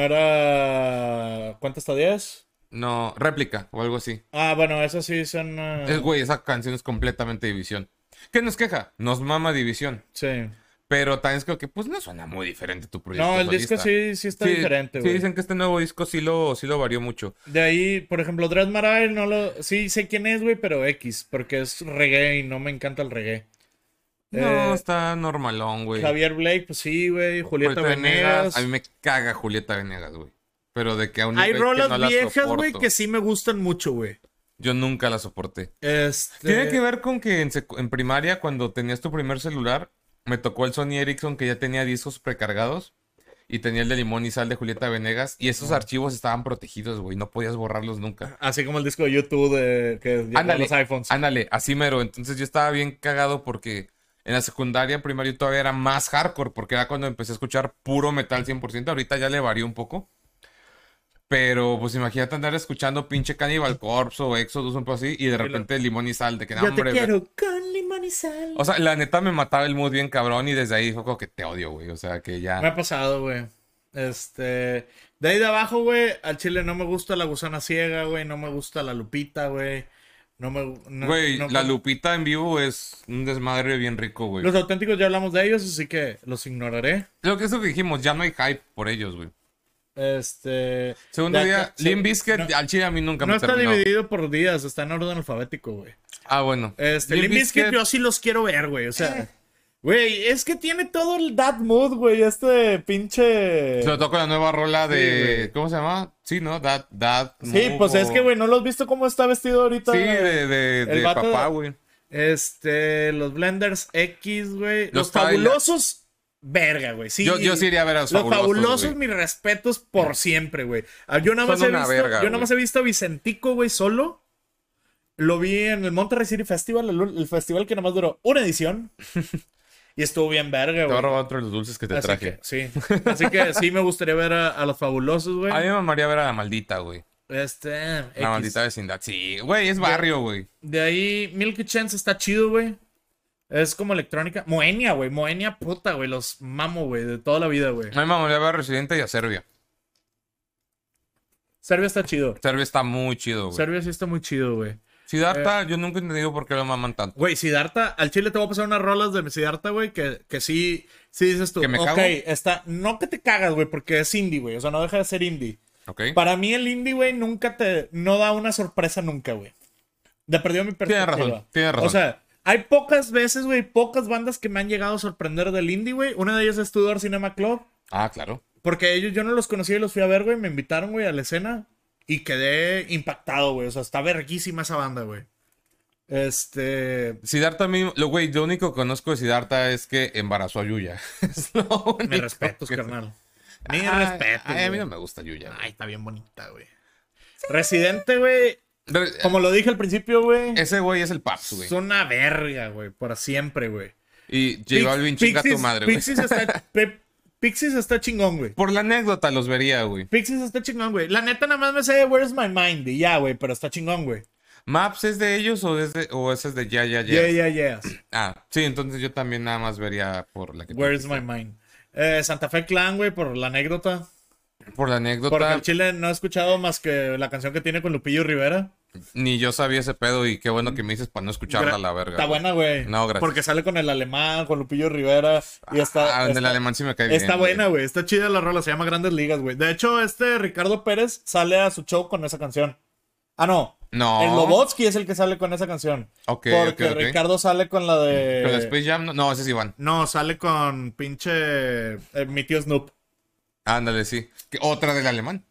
era... ¿Cuánto está diez?
No, réplica o algo así.
Ah, bueno, esas sí son... uh,
Es, güey, esa canción es completamente División. ¿Qué nos queja? Nos mama División.
Sí.
Pero también creo que, pues, no suena muy diferente tu proyecto
No, el
solista.
disco sí, sí está
Sí,
diferente,
sí,
güey.
dicen que este nuevo disco sí lo, sí lo varió mucho.
De ahí, por ejemplo, Dread Marai no lo... Sí sé quién es, güey, pero X, porque es reggae y no me encanta el reggae.
No,
Eh,
está normalón, güey.
Javier Blake, pues sí, güey. Julieta Venegas.
A mí me caga Julieta Venegas, güey. Pero de que a un
Hay
nivel que
rolas
no la
viejas, güey,
soporto.
que sí me gustan mucho, güey.
Yo nunca la soporté.
Este...
Tiene que ver con que en, secu- en primaria, cuando tenías tu primer celular, me tocó el Sony Ericsson que ya tenía discos precargados. Y tenía el de Limón y Sal de Julieta Venegas. Y esos archivos estaban protegidos, güey. No podías borrarlos nunca.
Así como el disco de YouTube de que llegó a
Ándale,
los iPhones.
ándale, así mero. Entonces yo estaba bien cagado porque en la secundaria, en primaria, yo todavía era más hardcore. Porque era cuando empecé a escuchar puro metal cien por ciento. Ahorita ya le varió un poco. Pero pues imagínate andar escuchando pinche Cannibal Corpse o Exodus, un poco así. Y de repente Limón y Sal. De que, no,
Yo
hombre,
te
ve-
quiero con limón y sal.
O sea, la neta me mataba el mood bien cabrón. Y desde ahí fue como que te odio, güey. O sea, que
Me
ya...
ha pasado, güey. Este... De ahí de abajo, güey, al chile no me gusta la gusana ciega, güey. No me gusta la Lupita, güey. No me... no-
Güey,
no-
la Lupita en vivo es un desmadre bien rico, güey.
Los auténticos ya hablamos de ellos, así que los ignoraré.
Lo que es lo que dijimos, ya no hay hype por ellos, güey.
Este...
Segundo
de
día,
acá-
Limp
se-
Bizkit,
no-
al chile a mí nunca
No
me
está
terminó.
dividido por días, está en orden alfabético, güey.
Ah, bueno.
Este,
Limp
Limp Bizkit
Bizkit-
yo sí los quiero ver, güey. O sea, güey, es que tiene todo el that mood, güey. Este pinche.
Se lo toco la nueva rola
Sí,
de...
güey.
¿Cómo se llama? Sí, ¿no? That, that
Sí,
Move
pues es
o-
que, güey, ¿no lo has visto cómo está vestido ahorita?
Sí, de, de,
el
de
vato-
papá, güey.
Este, los Blenders X, güey. Los,
Los
fabulosos, verga, güey. Sí,
Yo, yo sí iría a ver a los
Los
fabulosos,
fabulosos,
güey.
mis respetos por siempre, güey. Ah, Yo nada
Son
más he
una
visto,
verga,
yo nada
güey.
más he visto a Vicentico, güey, solo. Lo vi en el Monterrey City Festival, el, el festival que nada más duró una edición. Y estuvo bien verga,
Te voy a
güey.
robar otro de los dulces que te
Así
traje.
que, sí. Así que sí me gustaría ver a, a los fabulosos, güey.
A mí me mamaría ver a la maldita, güey.
Este,
La
X.
maldita vecindad. Sí, güey, es barrio, güey.
De ahí, Milky Chance está chido, güey. Es como electrónica. Moenia, güey. Moenia, puta, güey. Los mamo, güey. De toda la vida, güey.
A mí me mamaría ver a Residente y a Serbia.
Serbia está chido.
Serbia está muy chido, güey.
Serbia sí está muy chido, güey.
Siddhartha, yo nunca he entendido por qué lo maman tanto.
Güey, Siddhartha, al chile te voy a pasar unas rolas de Siddhartha, güey, que, que sí, sí dices tú.
¿Que me
ok,
cago?
está, no que te cagas, güey, porque es indie, güey. O sea, no deja de ser indie.
¿Ok?
Para mí el indie, güey, nunca te, no da una sorpresa nunca, güey. De perdido mi perspectiva.
Tienes razón, tienes razón.
O sea, hay pocas veces, güey, pocas bandas que me han llegado a sorprender del indie, güey. Una de ellas es Tudor Cinema Club.
Ah, claro.
Porque ellos yo no los conocía y los fui a ver, güey. Me invitaron, güey, a la escena. Y quedé impactado, güey. O sea, está verguísima esa banda, güey. Este...
Siddhartha mismo, lo güey, lo único que conozco de Siddhartha es que embarazó a Yuya. Es lo único
Me respetos,
que-
carnal. Ni
Ay,
respeto.
ay, a mí
güey.
no me gusta Yuya. güey.
Ay, está bien bonita, güey. Residente, güey.
Re-
Como lo dije al principio, güey.
Ese güey es el Paps, güey.
Es una verga, güey. Por siempre, güey.
Y J Balvin chinga a tu
Pixies-
madre, güey.
Pixies está, Pe- Pixies está chingón, güey.
Por la anécdota los vería, güey.
Pixies está chingón, güey. La neta nada más me sé Where's My Mind y ya, güey. Pero está chingón, güey.
¿Maps es de ellos o es de, o ese es de Ya Ya Ya?
Yeah, yeah, yeah.
Ah, sí, entonces yo también nada más vería por la que tú
Where's
dijiste.
My Mind. Eh, Santa Fe Clan, güey, por la anécdota.
Por la
Porque
anécdota,
el Chile no he escuchado más que la canción que tiene con Lupillo Rivera.
ni yo sabía ese pedo y qué bueno que me dices para no escucharla a la verga.
Está
güey.
buena, güey.
No, gracias.
Porque sale con el alemán, con Lupillo Rivera. Y está.
Ah, en el
está-
alemán sí me cae bien.
Está buena, güey. Está chida la rola. Se llama Grandes Ligas, güey. De hecho, este Ricardo Pérez sale a su show con esa canción. Ah, no.
No.
El Lobotsky es el que sale con esa canción.
Ok,
Porque
ok, ok.
Ricardo sale con la de.
¿Con la Space Jam? No, no, ese es Iván.
No, sale con pinche. eh, mi tío Snoop.
Ándale, sí. Que otra del alemán.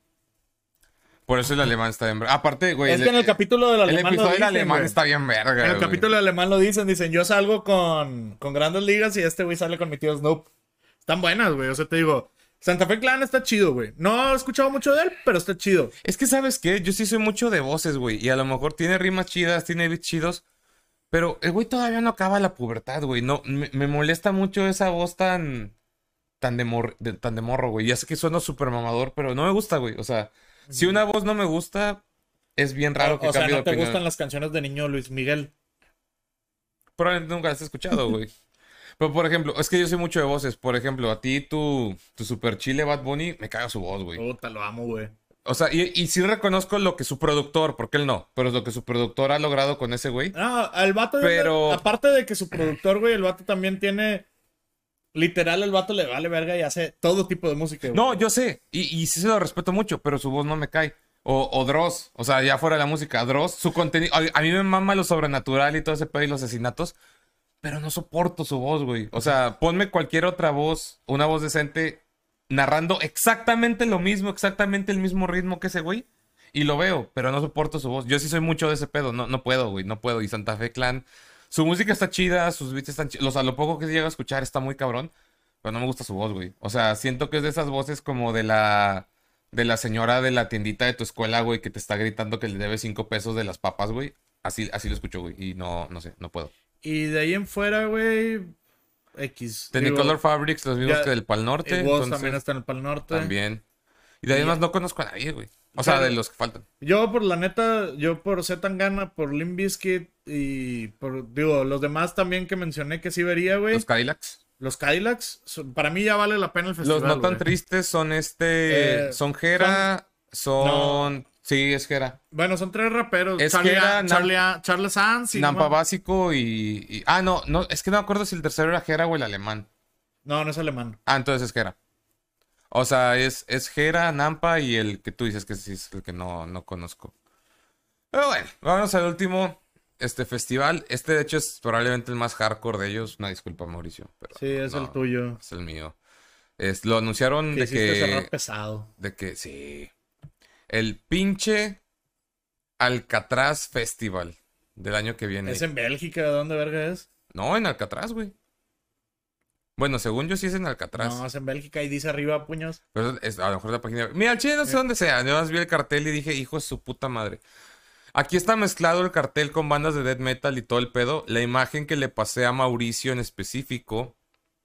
Por eso el alemán está bien verga. Aparte, güey.
Es que en el capítulo del
el
alemán.
episodio
lo
del
dicen,
alemán
güey.
está bien verga,
En el
güey.
capítulo del alemán lo dicen. Dicen, yo salgo con, con Grandes Ligas y este güey sale con mi tío Snoop. Están buenas, güey. O sea, te digo. Santa Fe Clan está chido, güey. No he escuchado mucho de él, pero está chido.
Es que, ¿sabes qué? Yo sí soy mucho de voces, güey. Y a lo mejor tiene rimas chidas, tiene beats chidos. Pero el güey todavía no acaba la pubertad, güey. No, me, me molesta mucho esa voz tan... Tan de, mor- de- tan de morro, güey. Ya sé que suena súper mamador, pero no me gusta, güey. O sea, si una voz no me gusta, es bien raro que
O sea,
cambie
no
de
te
opinión.
gustan las canciones de niño Luis Miguel.
Probablemente nunca las has escuchado, güey. Pero, por ejemplo, es que yo soy mucho de voces. Por ejemplo, a ti, tu, tu super chile Bad Bunny, me caga su voz, güey.
Puta, lo amo, güey.
O sea, y, y sí reconozco lo que su productor, porque él no, pero es lo que su productor ha logrado con ese güey.
No, el vato,
Pero-
aparte de que su productor, güey, el vato también tiene. Literal, el vato le vale verga y hace todo tipo de música, güey.
No, yo sé, y, y sí se lo respeto mucho, pero su voz no me cae. O, o Dross, o sea, ya fuera de la música, Dross, su contenido. A, a mí me mama lo sobrenatural y todo ese pedo y los asesinatos, pero no soporto su voz, güey. O sea, ponme cualquier otra voz, una voz decente, narrando exactamente lo mismo, exactamente el mismo ritmo que ese güey, y lo veo, pero no soporto su voz. Yo sí soy mucho de ese pedo, no, no puedo, güey, no puedo. Y Santa Fe Clan, su música está chida, sus beats están chidos, o sea, lo poco que llego a escuchar está muy cabrón, pero no me gusta su voz, güey. O sea, siento que es de esas voces como de la... De la señora de la tiendita de tu escuela, güey, que te está gritando que le debe cinco pesos de las papas, güey. Así, así lo escucho, güey. Y no, no sé, no puedo.
Y de ahí en fuera, güey. X.
Technicolor Fabrics, los mismos
ya-
que del Pal Norte.
Y Woz
entonces,
también está en el Pal Norte.
también. Y de ahí
Y-
más no conozco a nadie, güey. O sea,
Pero-
de los que faltan.
Yo, por la neta, yo por Z Tangana, por Limp Bizkit y por, digo, los demás también que mencioné que sí vería, güey.
Los
Los,
Cadillacs.
Cadillacs, son- para mí ya vale la pena el festival.
Los no tan
güey.
tristes son este.
Eh,
son Jera. Son. Sí, es Jera.
Bueno, son tres raperos.
Es
Charlie,
que era
A-
Nam-
Charlie, A- Charles Sanz y...
Nampa
no,
Básico y, y- Ah, no, no, es que no me acuerdo si el tercero era Jera o el alemán.
no, no es alemán.
Ah, entonces es Jera. O sea, es, es Jera, Nampa y el que tú dices que sí es el que no, no conozco. Pero bueno, vamos al último este festival. Este, de hecho, es probablemente el más hardcore de ellos. Una disculpa, Mauricio. Pero
Sí, es
no,
el tuyo.
es el mío. Es, lo anunciaron
Que
de
hiciste cerrar
que.
pesado.
De que sí. El pinche Alcatraz Festival del año que viene.
¿Es en Bélgica? ¿De dónde verga es?
No, en Alcatraz, güey. Bueno, según yo sí es en Alcatraz.
No, es en Bélgica y dice arriba, puños.
Pero es, a lo mejor la página. Mira, el chile no sé dónde sea. Yo más vi el cartel y dije, hijo de su puta madre. Aquí está mezclado el cartel con bandas de death metal y todo el pedo. La imagen que le pasé a Mauricio en específico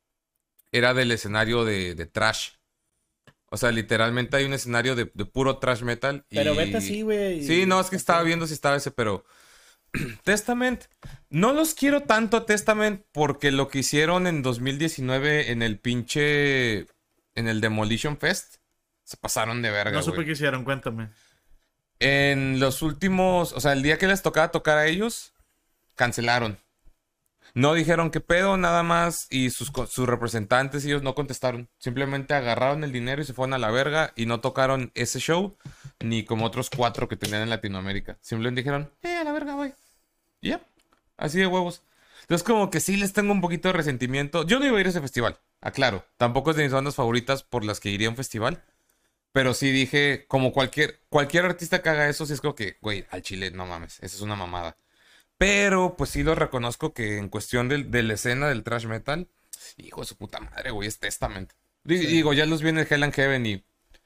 era del escenario de, de trash. O sea, literalmente hay un escenario de, de puro trash metal. Y...
Pero vete así, güey.
Sí, no, es que estaba viendo si estaba ese, pero. Testament. No los quiero tanto a Testament porque lo que hicieron en dos mil diecinueve en el pinche. En el Demolition Fest. Se pasaron de verga,
No supe
güey.
qué hicieron, cuéntame.
En los últimos. O sea, el día que les tocaba tocar a ellos, cancelaron. No dijeron qué pedo, nada más. Y sus, co- sus representantes, ellos no contestaron. Simplemente agarraron el dinero y se fueron a la verga. Y no tocaron ese show. Ni como otros cuatro que tenían en Latinoamérica. Simplemente dijeron, eh, a la verga, güey. Y ya. Así de huevos. Entonces, como que sí les tengo un poquito de resentimiento. Yo no iba a ir a ese festival, aclaro. Tampoco es de mis bandas favoritas por las que iría a un festival. Pero sí dije, como cualquier, cualquier artista que haga eso, sí es como que, güey, al chile, no mames, esa es una mamada. Pero, pues sí lo reconozco que en cuestión del- de, la escena del thrash metal, hijo de su puta madre, güey, es Testament. Sí. Digo, ya los vi en el Hell and Heaven y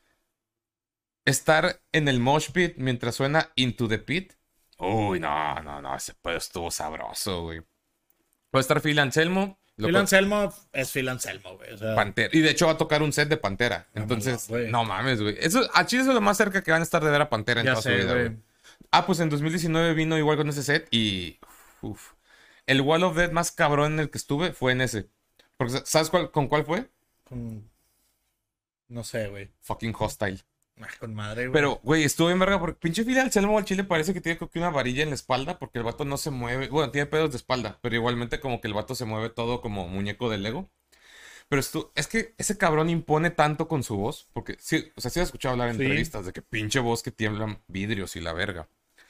estar en el mosh pit mientras suena Into the Pit. Uy, no, no, no, ese pedo estuvo sabroso, güey. Puede estar Phil Anselmo.
Phil Anselmo es Phil Anselmo, güey. O sea...
Pantera. Y de hecho va a tocar un set de Pantera. No, Entonces, no, no mames, güey. Eso, a Chile es lo más cerca que van a estar de ver a Pantera en ya toda sé, su vida, güey. Ah, pues en dos mil diecinueve vino igual con ese set y... Uf. El Wall of Death más cabrón en el que estuve fue en ese. Porque, ¿sabes cuál, con cuál fue?
Con... No sé, güey.
Fucking Hostile.
Ah, con madre, güey.
Pero, güey, estuvo en verga porque pinche Phil Anselmo al chile parece que tiene creo que una varilla en la espalda porque el vato no se mueve. Bueno, tiene pedos de espalda, pero igualmente como que el vato se mueve todo como muñeco de Lego. Pero esto, es que ese cabrón impone tanto con su voz, porque sí, o sea, sí he escuchado hablar en sí. entrevistas de que pinche voz que tiemblan vidrios y la verga.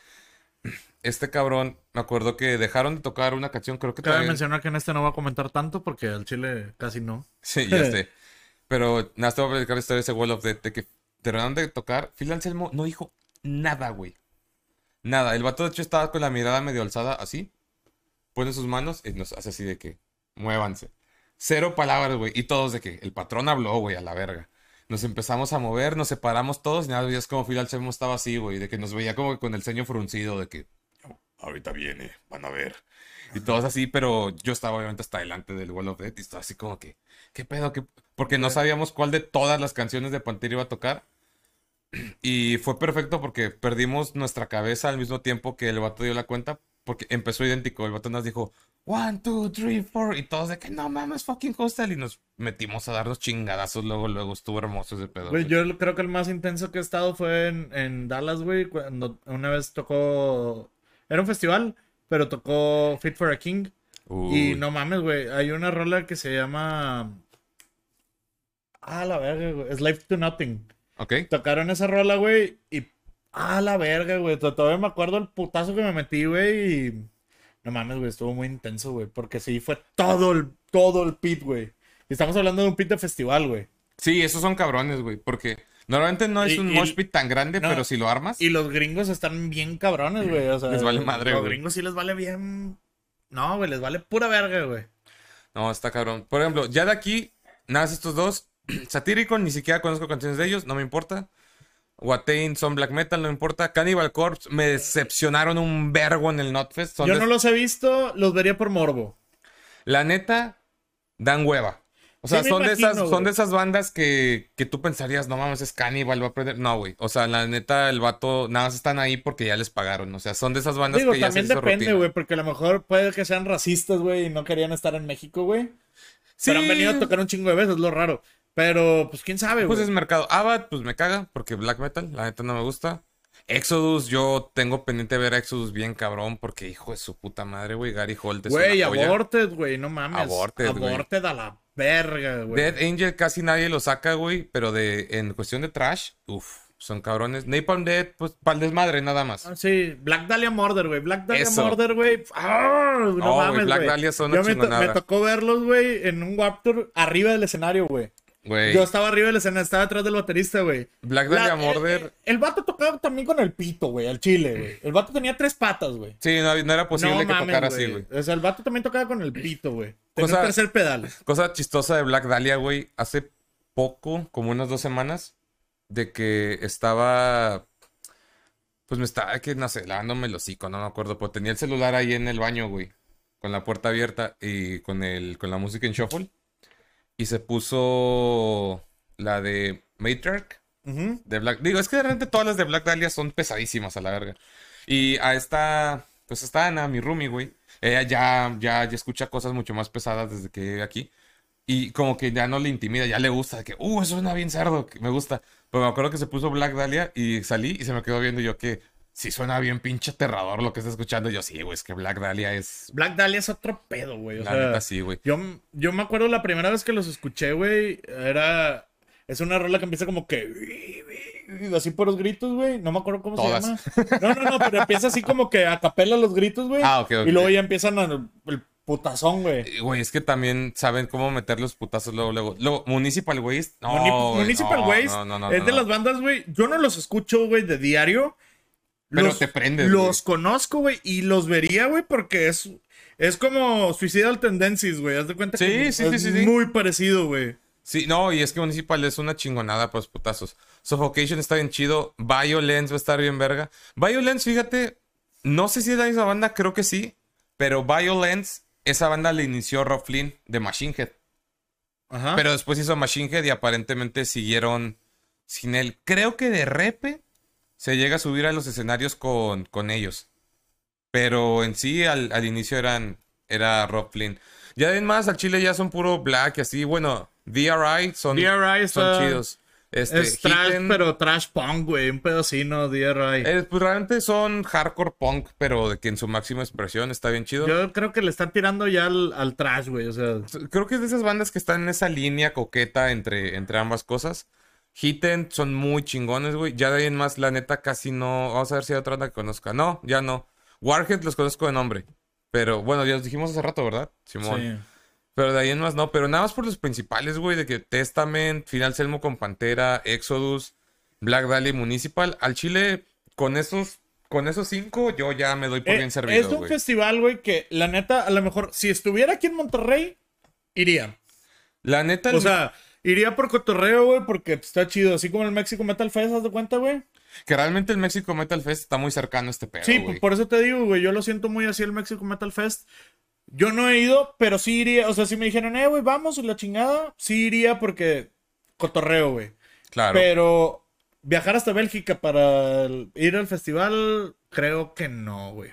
Este cabrón, me acuerdo que dejaron de tocar una canción, creo que
Cabe todavía... mencionar que en este no voy a comentar tanto porque al chile casi no.
Sí, ya sé. Pero nada, te voy a platicar la historia de ese Wall of Death, de que terminaron de tocar, Phil Anselmo no dijo nada, güey. Nada, el vato de hecho estaba con la mirada medio alzada, así. Pone sus manos y nos hace así de que, muévanse. Cero palabras, güey. Y todos de que el patrón habló, güey, a la verga. Nos empezamos a mover, nos separamos todos y nada, veías como Phil Anselmo estaba así, güey. De que nos veía como que con el ceño fruncido, de que, oh, ahorita viene, van a ver. Y todos así, pero yo estaba obviamente hasta delante del Wall of Death y estaba así como que, ¿qué pedo? ¿Qué? Porque no sabíamos cuál de todas las canciones de Pantera iba a tocar. Y fue perfecto porque perdimos nuestra cabeza al mismo tiempo que el vato dio la cuenta. Porque empezó idéntico. El vato nos dijo, one, two, three, four. Y todos de que no mames, fucking Hostile. Y nos metimos a darnos chingadazos luego, luego. Estuvo hermoso ese pedo.
Güey, yo creo que el más intenso que he estado fue en, en Dallas, güey. Cuando una vez tocó... Era un festival, pero tocó Fit for a King. Uy. Y no mames, güey. Hay una rola que se llama... Ah, la verga, güey. Slave to Nothing.
Ok.
Tocaron esa rola, güey, y... Ah, la verga, güey. Todavía me acuerdo el putazo que me metí, güey, y... No mames, güey, estuvo muy intenso, güey, porque sí, fue todo el, todo el pit, güey. Y estamos hablando de un pit de festival, güey.
Sí, esos son cabrones, güey, porque normalmente no es y, un y, mosh pit tan grande, no, pero si lo armas...
Y los gringos están bien cabrones, güey, o sea...
Les vale madre,
Los
güey.
gringos sí les vale bien... No, güey, les vale pura verga, güey.
No, está cabrón. Por ejemplo, ya de aquí, nada más estos dos... Satírico, ni siquiera conozco canciones de ellos, no me importa. Watain son black metal, no me importa. Cannibal Corpse me decepcionaron un vergo en el Notfest. Son
Yo
de...
no los he visto, los vería por morbo.
La neta, dan hueva. O sea, sí, son, imagino, de esas, son de esas bandas que, que tú pensarías, no mames, es Cannibal, va a aprender. No, güey. O sea, la neta, el vato, nada más están ahí porque ya les pagaron. O sea, son de esas bandas
Digo,
que ya
también
se hizo
depende, güey, porque a lo mejor puede que sean racistas, güey, y no querían estar en México, güey. Sí. Pero han venido a tocar un chingo de veces, es lo raro. Pero, pues, quién sabe, güey.
Pues es mercado. Abad, pues me caga, porque black metal, la neta no me gusta. Exodus, yo tengo pendiente de ver a Exodus bien cabrón, porque hijo de su puta madre, güey, Gary Holt es
Güey,
una joya.
Aborted, güey, no mames.
Aborted, güey.
Aborted a la verga, güey.
Dead Angel casi nadie lo saca, güey, pero de en cuestión de trash, uff, son cabrones. Napalm Death, pues, para el desmadre, nada más.
Ah, sí, Black Dahlia Murder, güey. Black Dahlia Eso. Murder, güey. ¡Ah! No
oh,
mames, güey.
Black Dahlia son
Yo
una
me, to me tocó verlos, güey, en un Warped Tour arriba del escenario, güey.
Güey.
Yo estaba arriba del escenario, estaba atrás del baterista, güey.
Black Dahlia Murder.
El, el, el vato tocaba también con el pito, güey, al chile, güey. El vato tenía tres patas, güey.
Sí, no, no era posible no, que mames, tocara wey. así, güey.
O sea, el vato también tocaba con el pito, güey. Tenía cosa, un tercer pedal.
Cosa chistosa de Black Dahlia, güey. Hace poco, como unas dos semanas, de que estaba... Pues me estaba, que no sé, lavándome el hocico, no me acuerdo. Pero tenía el celular ahí en el baño, güey. Con la puerta abierta y con, el, con la música en shuffle. Y se puso la de Matriarch. Uh-huh. De Black... Digo, es que de repente todas las de Black Dahlia son pesadísimas a la verga. Y a esta... Pues está Ana, mi roomie, güey. Ella ya, ya, ya escucha cosas mucho más pesadas desde que llegué aquí. Y como que ya no le intimida, ya le gusta. De que, uh, eso suena bien cerdo, que me gusta. Pero me acuerdo que se puso Black Dahlia y salí y se me quedó viendo yo que... Sí suena bien pinche aterrador lo que está escuchando. Yo sí, güey, es que Black Dahlia es...
Black Dahlia es otro pedo, güey. O
la
sea,
neta sí, güey.
Yo, yo me acuerdo la primera vez que los escuché, güey, era... Es una rola que empieza como que... Así por los gritos, güey. No me acuerdo cómo
Todas.
se llama. No, no, no, pero empieza así como que a capela los gritos, güey.
Ah, ok, ok.
Y luego ya empiezan a, el putazón, güey.
Güey, es que también saben cómo meter los putazos luego, luego. Luego, Municipal Waste. No,
Muni
güey,
Municipal
no,
Waste
no, no, no,
es
no,
de
no.
las bandas, güey. Yo no los escucho, güey, de diario.
Pero
los,
te prendes,
Los
güey.
conozco, güey, y los vería, güey, porque es, es como Suicidal Tendencies, güey. Haz de cuenta
sí,
que
sí,
es
sí, sí,
muy parecido, güey.
Sí, no, y es que Municipal es una chingonada para los putazos. Suffocation está bien chido. Violence va a estar bien verga. Violence, fíjate, no sé si es la misma banda, creo que sí. Pero Violence, esa banda la inició Rob Flynn de Machine Head.
Ajá.
Pero después hizo Machine Head y aparentemente siguieron sin él. Creo que de repe se llega a subir a los escenarios con, con ellos. Pero en sí, al, al inicio eran, era Rob Flynn. Ya además, al chile ya son puro black y así. Bueno, D R I son,
D R I
son
está-
chidos. Este,
es trash,
Hidden,
pero trash punk, güey. Un pedacino, D R I.
eh, pues realmente son hardcore punk, pero de que en su máxima expresión está bien chido.
Yo creo que le están tirando ya al, al trash, güey. O sea,
Creo que es de esas bandas que están en esa línea coqueta entre, entre ambas cosas. Hidden son muy chingones, güey. Ya de ahí en más, la neta, casi no. Vamos a ver si hay otra banda que conozca. No, ya no. Warhead los conozco de nombre. Pero bueno, ya los dijimos hace rato, ¿verdad? Simón.
sí.
Pero de ahí en más no. Pero nada más por los principales, güey. De que Testament, Final Selmo con Pantera, Exodus, Black Dahlia y Municipal. Al chile, con esos, con esos cinco, yo ya me doy por
Eh,
bien servido,
es un
güey.
festival, güey, que la neta, a lo mejor, si estuviera aquí en Monterrey, iría.
La neta,
O sea, iría por cotorreo, güey, porque está chido. Así como el México Metal Fest, ¿haz de cuenta, güey?
que realmente el México Metal Fest está muy cercano a este pedo,
Sí,
güey.
por eso te digo, güey, yo lo siento muy así el México Metal Fest. Yo no he ido, pero sí iría. O sea, si me dijeran, eh, güey, vamos, y la chingada, sí iría porque cotorreo, güey.
Claro.
Pero viajar hasta Bélgica para el- ir al festival, creo que no, güey.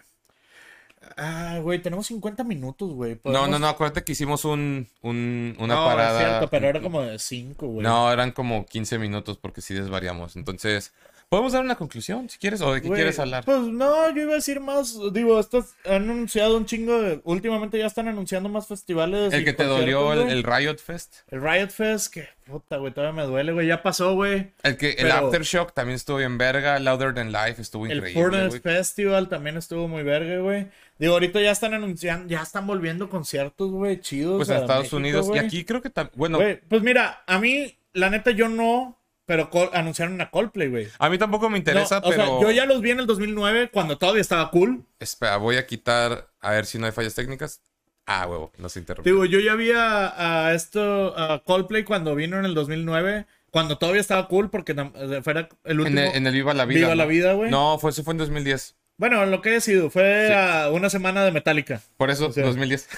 Ah, güey, tenemos cincuenta minutos, güey.
No, no,
Podemos-
no, acuérdate que hicimos un, un- una
No,
parada.
es cierto, pero era como de cinco, güey.
No, eran como quince minutos porque sí desvariamos. Entonces, podemos dar una conclusión si quieres o de qué
Güey,
quieres hablar.
Pues no, yo iba a decir más. Digo, estás, han anunciado un chingo de. Últimamente ya están anunciando más festivales.
El
y
que te
conciertos,
dolió, el,
güey.
el Riot Fest.
El Riot Fest, que puta, güey, todavía me duele, güey. Ya pasó, güey.
El que el
Pero-
Aftershock también estuvo bien verga. Louder Than Life estuvo
El
increíble,
Furnace
güey.
Festival también estuvo muy verga, güey. Digo, ahorita ya están anunciando, ya están volviendo conciertos, güey, chidos.
Pues en
a
Estados
México,
Unidos.
güey.
Y aquí creo que también. Bueno,
Güey, pues mira, a mí, la neta, yo no, pero Col- anunciaron a Coldplay, güey.
a mí tampoco me interesa,
No, o
pero.
sea, yo ya los vi en el dos mil nueve cuando todavía estaba cool.
Espera, voy a quitar. A ver si no hay fallas técnicas. Ah, huevo, no se interrumpe.
Digo, yo ya vi a, a esto, a Coldplay cuando vino en el dos mil nueve, cuando todavía estaba cool, porque nam- eh, fuera el
En
último.
el, en el Viva la Vida.
Viva
¿no?
la Vida, güey.
No, fue, eso fue en dos mil diez.
Bueno, lo que haya sido, fue
Sí.
a una semana de Metallica.
Por eso,
O sea,
dos mil diez.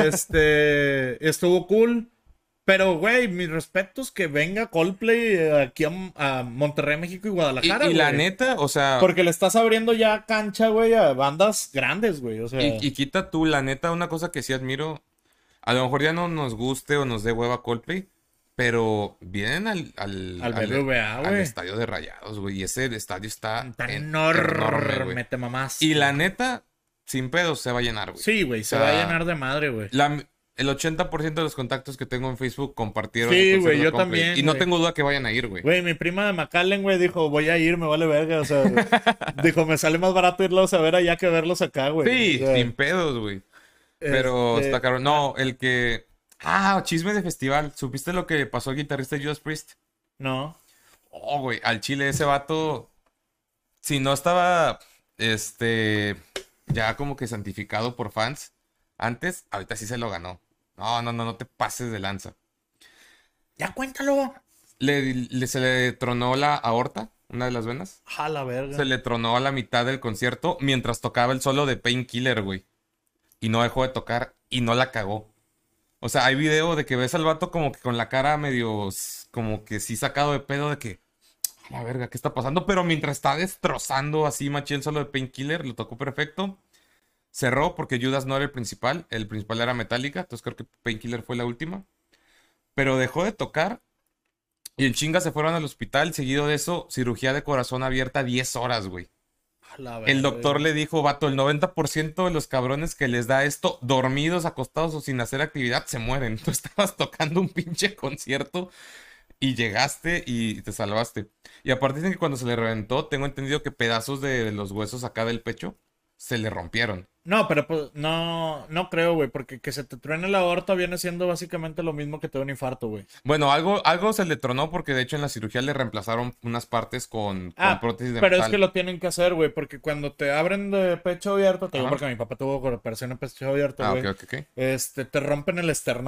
Este, estuvo cool. Pero, güey, mis respetos que venga Coldplay eh, aquí a, a Monterrey, México y
Y,
Guadalajara,
y la
güey.
neta, o sea.
Porque le estás abriendo ya cancha, güey, a bandas grandes, güey. O sea,
Y, y quita tú, la neta, una cosa que sí admiro. A lo mejor ya no nos guste o nos dé hueva Coldplay. Pero vienen al, al,
Al B B V A,
al
güey.
estadio de Rayados, güey. Y ese estadio está
tan
en-
enorme,
güey.
te mamás.
Y la neta, sin pedos, se va a llenar, güey.
Sí, güey, se
O sea,
va a llenar de madre, güey.
La- el ochenta por ciento de los contactos que tengo en Facebook compartieron.
Sí,
el concierto
güey,
de
yo
Coldplay.
también,
Y no
güey.
tengo duda que vayan a ir, güey.
Güey, mi prima de McAllen, güey, dijo, voy a ir, me vale verga. O sea, dijo, me sale más barato irlos a ver allá que verlos acá, güey.
Sí,
O sea,
sin pedos, güey. Pero
este,
está caro. No, el que. Ah, chisme de festival. ¿Supiste lo que pasó al guitarrista de Judas Priest?
No.
Oh, güey, al chile ese vato. Si no estaba. Este. Ya como que santificado por fans. Antes, ahorita sí se lo ganó. No, no, no, no te pases de lanza.
Ya cuéntalo.
Le, le- se le tronó la aorta, una de las venas.
A la verga.
Se le tronó a la mitad del concierto mientras tocaba el solo de Painkiller, güey. Y no dejó de tocar y no la cagó. O sea, hay video de que ves al vato como que con la cara medio, s- como que sí sacado de pedo de que, a la verga, ¿qué está pasando? Pero mientras está destrozando así machín el solo de Painkiller, lo tocó perfecto. Cerró porque Judas no era el principal, el principal era Metallica, entonces creo que Painkiller fue la última. Pero dejó de tocar y en chinga se fueron al hospital. Seguido de eso, cirugía de corazón abierta diez horas, güey.
A la
El
verga.
doctor le dijo, vato, el noventa por ciento de los cabrones que les da esto, dormidos, acostados o sin hacer actividad, se mueren. Tú estabas tocando un pinche concierto y llegaste y te salvaste. Y aparte de que cuando se le reventó, tengo entendido que pedazos de los huesos acá del pecho se le rompieron.
No, pero pues no, no creo, güey, porque que se te truene la aorta viene siendo básicamente lo mismo que te da un infarto, güey.
Bueno, algo, algo se le tronó porque de hecho en la cirugía le reemplazaron unas partes con, con
Ah,
prótesis de
pero
metal.
es que lo tienen que hacer, güey, porque cuando te abren de pecho abierto, te digo
Ajá.
porque mi papá tuvo operación de pecho abierto,
Ah,
güey.
ok, ok, ok.
Este, te rompen el esternón.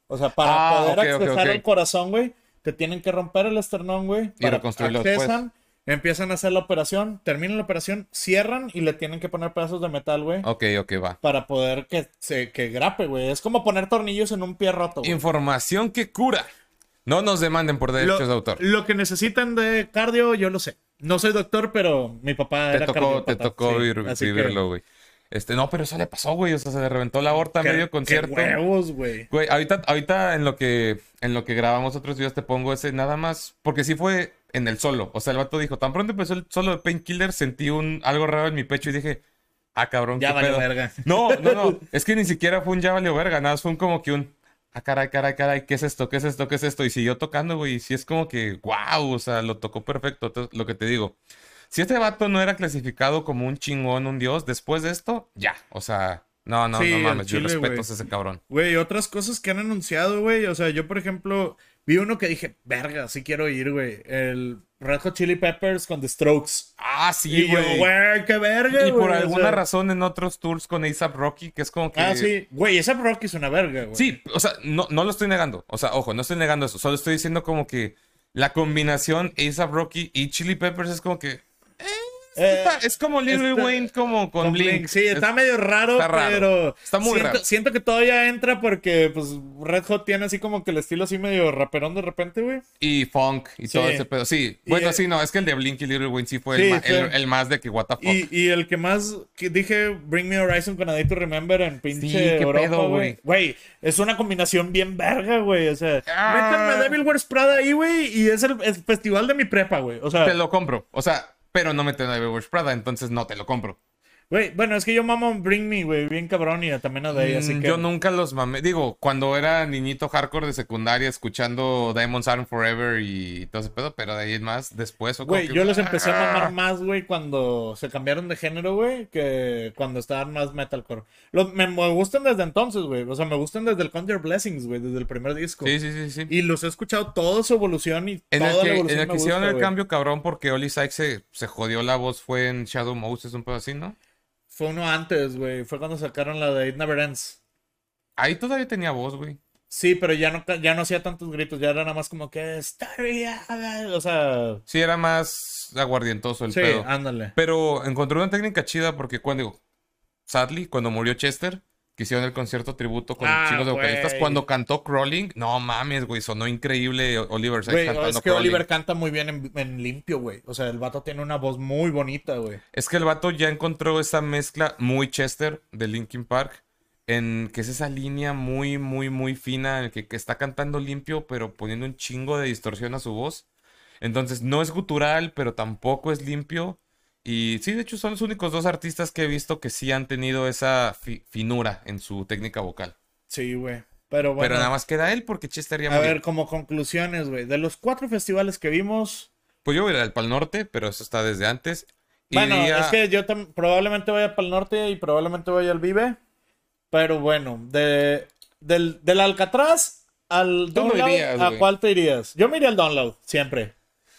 O sea, para
Ah,
poder
ok, ok,
accesar
ok.
al corazón, güey, te tienen que romper el esternón, güey.
Y
Para
reconstruirlo después.
accesan, empiezan a hacer la operación, terminan la operación, cierran y le tienen que poner pedazos de metal, güey.
Ok, ok, va.
Para poder que se que grape, güey. Es como poner tornillos en un pie roto, güey.
Información que cura. No nos demanden por derechos
Lo,
de autor.
lo que necesitan de cardio, yo lo sé. No soy doctor, pero mi papá
Te
era
tocó, te
cardiópata.
tocó
Sí,
vir-
así
vivirlo, güey. Este, no, pero eso le pasó, güey. O sea, se le reventó la aorta a
que,
medio
qué
concierto.
huevos, güey.
Güey, ahorita, ahorita en lo que, en lo que grabamos otros videos te pongo ese nada más. Porque sí fue en el solo. O sea, el vato dijo, tan pronto empezó el solo de Painkiller, sentí un algo raro en mi pecho y dije, ah, cabrón,
Ya
qué
valió
pedo.
verga.
No, no, no. Es que ni siquiera fue un ya valió verga. Nada más fue un como que un, ah, caray, caray, caray, ¿qué es esto? ¿Qué es esto? ¿Qué es esto? Y siguió tocando, güey. Y sí es como que, wow, o sea, lo tocó perfecto. Entonces, lo que te digo. Si este vato no era clasificado como un chingón, un dios, después de esto, ya. O sea, no, no,
Sí,
no
al
mames. Yo
chile,
respeto
güey.
a ese cabrón.
Güey, otras cosas que han anunciado, güey. O sea, yo, por ejemplo, vi uno que dije, verga, sí quiero ir, güey. El Red Hot Chili Peppers con The Strokes.
Ah, sí,
Y yo,
güey.
güey, qué verga,
Y por
güey, o
alguna
sea.
razón en otros tours con A$AP Rocky, que es como que...
Ah, sí. Güey, esa Rocky es una verga, güey.
Sí, o sea, no, no lo estoy negando. O sea, ojo, no estoy negando eso. Solo estoy diciendo como que la combinación A$AP Rocky y Chili Peppers es como que...
Eh,
está- es como Lil
está-
Wayne como con,
Con
Blink.
Blink. Sí,
Es-
está medio raro,
está raro.
pero
Está muy
siento,
raro.
siento que todavía entra porque pues Red Hot tiene así como que el estilo así medio raperón de repente, güey.
Y funk y
Sí.
todo ese pedo. Sí,
Y
bueno,
el-
sí, no, es que el de Blink y Lil Wayne sí fue
Sí,
el, ma-
sí.
el- el más de que what the fuck.
Y, y el que más que dije, Bring Me Horizon con A Day to Remember en pinche
Sí, qué
Europa,
pedo,
güey. Güey, es una combinación bien verga, güey. O sea,
Ah.
métanme Devil Wears Prada ahí, güey, y es el, el festival de mi prepa, güey. O sea,
Te lo compro. O sea, pero no me tengo Devil Wears Prada, entonces no te lo compro.
güey, bueno, es que yo mamo Bring Me, güey, bien cabrón y también a Day, así
Mm,
que...
Yo nunca los mamé. Digo, cuando era niñito hardcore de secundaria escuchando Diamonds Are Forever y todo ese pedo, pero de ahí en más, después fue como
Güey,
que,
yo los empecé a
"Ah".
mamar más, güey, cuando se cambiaron de género, güey, que cuando estaban más metalcore. Los, me, me gustan desde entonces, güey. O sea, me gustan desde el Count Your Blessings, güey, desde el primer disco.
Sí, sí, sí, sí.
Y los he escuchado toda su evolución y
En
toda
el
la
que, en
evolución
el que
me
hicieron
gusta,
el
güey.
cambio cabrón porque Oli Sykes se, se jodió la voz fue en Shadow Moses, un pedo así, ¿no?
Fue uno antes, güey. Fue cuando sacaron la de It Never Ends.
Ahí todavía tenía voz, güey.
Sí, pero ya no, ca- ya no hacía tantos gritos, ya era nada más como que Starry, o sea,
Sí, era más aguardientoso el
sí,
pedo.
ándale.
Pero encontré una técnica chida porque cuando, digo, sadly, cuando murió Chester, que hicieron el concierto tributo con
Ah,
chingos de vocalistas,
güey.
cuando cantó Crawling, no mames, güey, sonó increíble Oliver Sykes
Güey,
cantando
es que
Crawling.
Oliver canta muy bien en, en limpio, güey. O sea, el vato tiene una voz muy bonita, güey.
Es que el vato ya encontró esa mezcla muy Chester de Linkin Park, en que es esa línea muy, muy, muy fina, en el que, que está cantando limpio, pero poniendo un chingo de distorsión a su voz. Entonces, no es gutural, pero tampoco es limpio. Y sí, de hecho, son los únicos dos artistas que he visto que sí han tenido esa fi- finura en su técnica vocal.
Sí, güey. Pero bueno,
Pero nada más queda él porque Chester ya
a
murió.
ver, como conclusiones, güey. De los cuatro festivales que vimos,
Pues yo voy a ir al Pal Norte, pero eso está desde antes.
bueno,
Iría-
es que yo tam- probablemente vaya para el norte y probablemente vaya al Vive. Pero bueno, de, del, del Alcatraz al
Tú no
Download,
irías,
¿a
güey.
cuál te irías? Yo me iría al Download, siempre.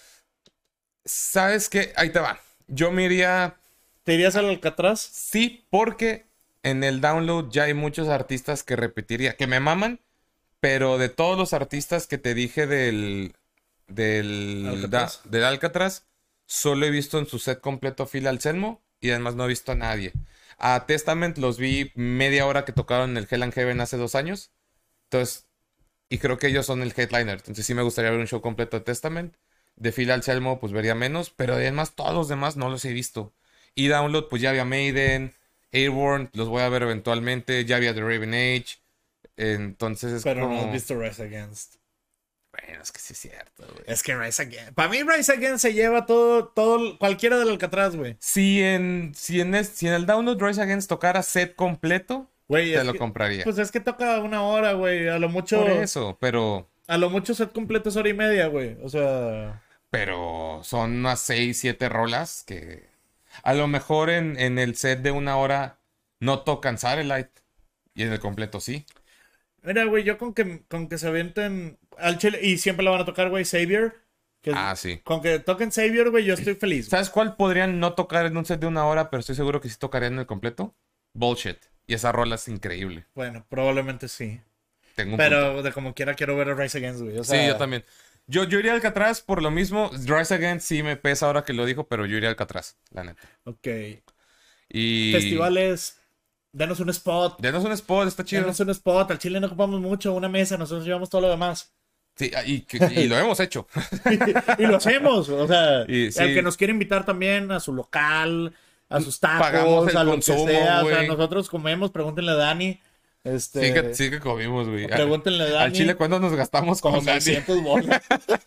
¿Sabes qué? Ahí te va. Yo me iría...
¿Te irías al Alcatraz?
Sí, porque en el download ya hay muchos artistas que repetiría, que me maman, pero de todos los artistas que te dije del del
Alcatraz.
da- del Alcatraz, solo he visto en su set completo Phil Anselmo y además no he visto a nadie. A Testament los vi media hora que tocaron en el Hell and Heaven hace dos años. Entonces, y creo que ellos son el headliner. Entonces sí me gustaría ver un show completo de Testament. De Phil Anselmo, pues vería menos. Pero además todos los demás no los he visto. Y Download, pues ya había Maiden, Airborne, los voy a ver eventualmente. Ya había The Raven Age. Entonces es
Pero
como...
no has visto Rise Against.
Bueno, es que sí es cierto, güey.
Es que Rise Against. Para mí, Rise Against se lleva todo, todo, cualquiera del Alcatraz, güey.
Si en, si en, es- si en el Download Rise Against tocara set completo,
Güey,
te
es
lo
que-
compraría.
Pues es que toca una hora, güey. A lo mucho.
Por eso, pero...
A lo mucho set completo es hora y media, güey. O sea.
Pero son unas seis, siete rolas que a lo mejor en, en el set de una hora no tocan Satellite y en el completo sí.
Mira, güey, yo con que, con que se avienten al chile. Y siempre la van a tocar, güey, Savior. Que es-
Ah, sí.
Con que toquen Savior, güey, yo estoy feliz.
¿Sabes cuál podrían no tocar en un set de una hora, pero estoy seguro que sí tocarían en el completo? Bullshit. Y esa rola es increíble.
Bueno, probablemente sí.
tengo un
Pero
punto.
de como quiera quiero ver a Rise Against, güey. O sea,
Sí, yo también. Yo, yo iría a Alcatraz por lo mismo. Rise Against sí me pesa ahora que lo dijo, pero yo iría a Alcatraz, la neta.
ok.
Y...
Festivales, denos un spot.
Denos un spot, está chido.
Denos un spot. Al Chile no ocupamos mucho, una mesa, nosotros llevamos todo lo demás.
Sí, y, que- y lo hemos hecho.
Y lo hacemos, o sea,
Y, sí.
el que nos quiere invitar también a su local, a sus
Pagamos
tacos,
el
a lo
consumo,
que sea, o sea,
güey.
nosotros comemos, pregúntenle a Dani. Este,
Sí que, sí que comimos, güey.
Pregúntenle a Dani.
Al chile, ¿cuánto nos gastamos
como
con Dani?
seiscientos bolas.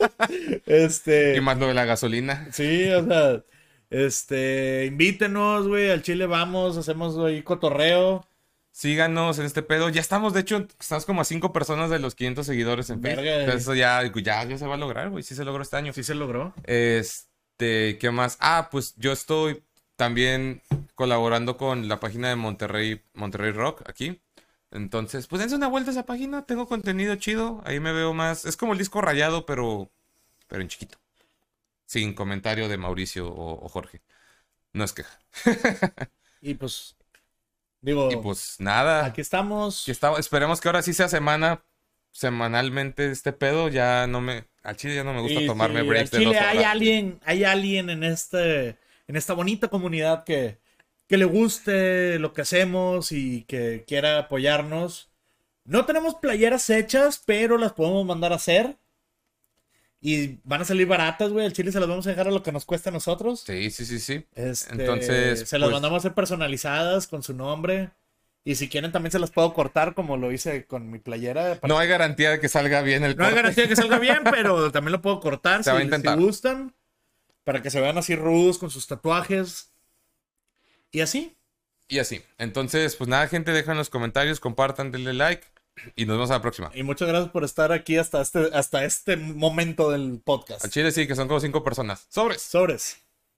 Este,
Y más lo de la gasolina.
sí, o sea, este, invítenos, güey, al Chile vamos, hacemos ahí cotorreo.
Síganos en este pedo. Ya estamos, de hecho, estamos como a cinco personas de los quinientos seguidores en Facebook.
Verga.
Entonces eso ya, ya, ya se va a lograr, güey. Sí se logró este año.
Sí se logró.
Este, ¿qué más? Ah, pues yo estoy también colaborando con la página de Monterrey, Monterrey Rock aquí. Entonces, pues dense una vuelta a esa página. Tengo contenido chido. Ahí me veo más. Es como el disco rayado, pero, pero en chiquito. Sin comentario de Mauricio o, o Jorge. No es queja.
Y pues, digo,
Y pues nada.
aquí estamos.
Aquí está- esperemos que ahora sí sea semana, semanalmente este pedo. Ya no me, al chile ya no me gusta
Y
tomarme
si
breaks
al
de dos
Chile hay
horas.
alguien, hay alguien en este, en esta bonita comunidad que, que le guste lo que hacemos y que quiera apoyarnos. No tenemos playeras hechas, pero las podemos mandar a hacer. Y van a salir baratas, güey. Al Chile se las vamos a dejar a lo que nos cuesta a nosotros.
Sí, sí, sí, sí.
Este,
Entonces,
se las
pues,
mandamos a hacer personalizadas con su nombre. Y si quieren también se las puedo cortar como lo hice con mi playera. para-
no hay garantía de que salga bien el
No hay
corte.
garantía de que salga bien, pero también lo puedo cortar
Se
si,
va a intentar.
si gustan. Para que se vean así rudos con sus tatuajes. Y así.
Y así. Entonces, pues nada, gente, dejan en los comentarios, compartan, denle like y nos vemos a la próxima.
Y muchas gracias por estar aquí hasta este, hasta este momento del podcast.
Al chile sí, que son como cinco personas. ¡Sobres!
Sobres.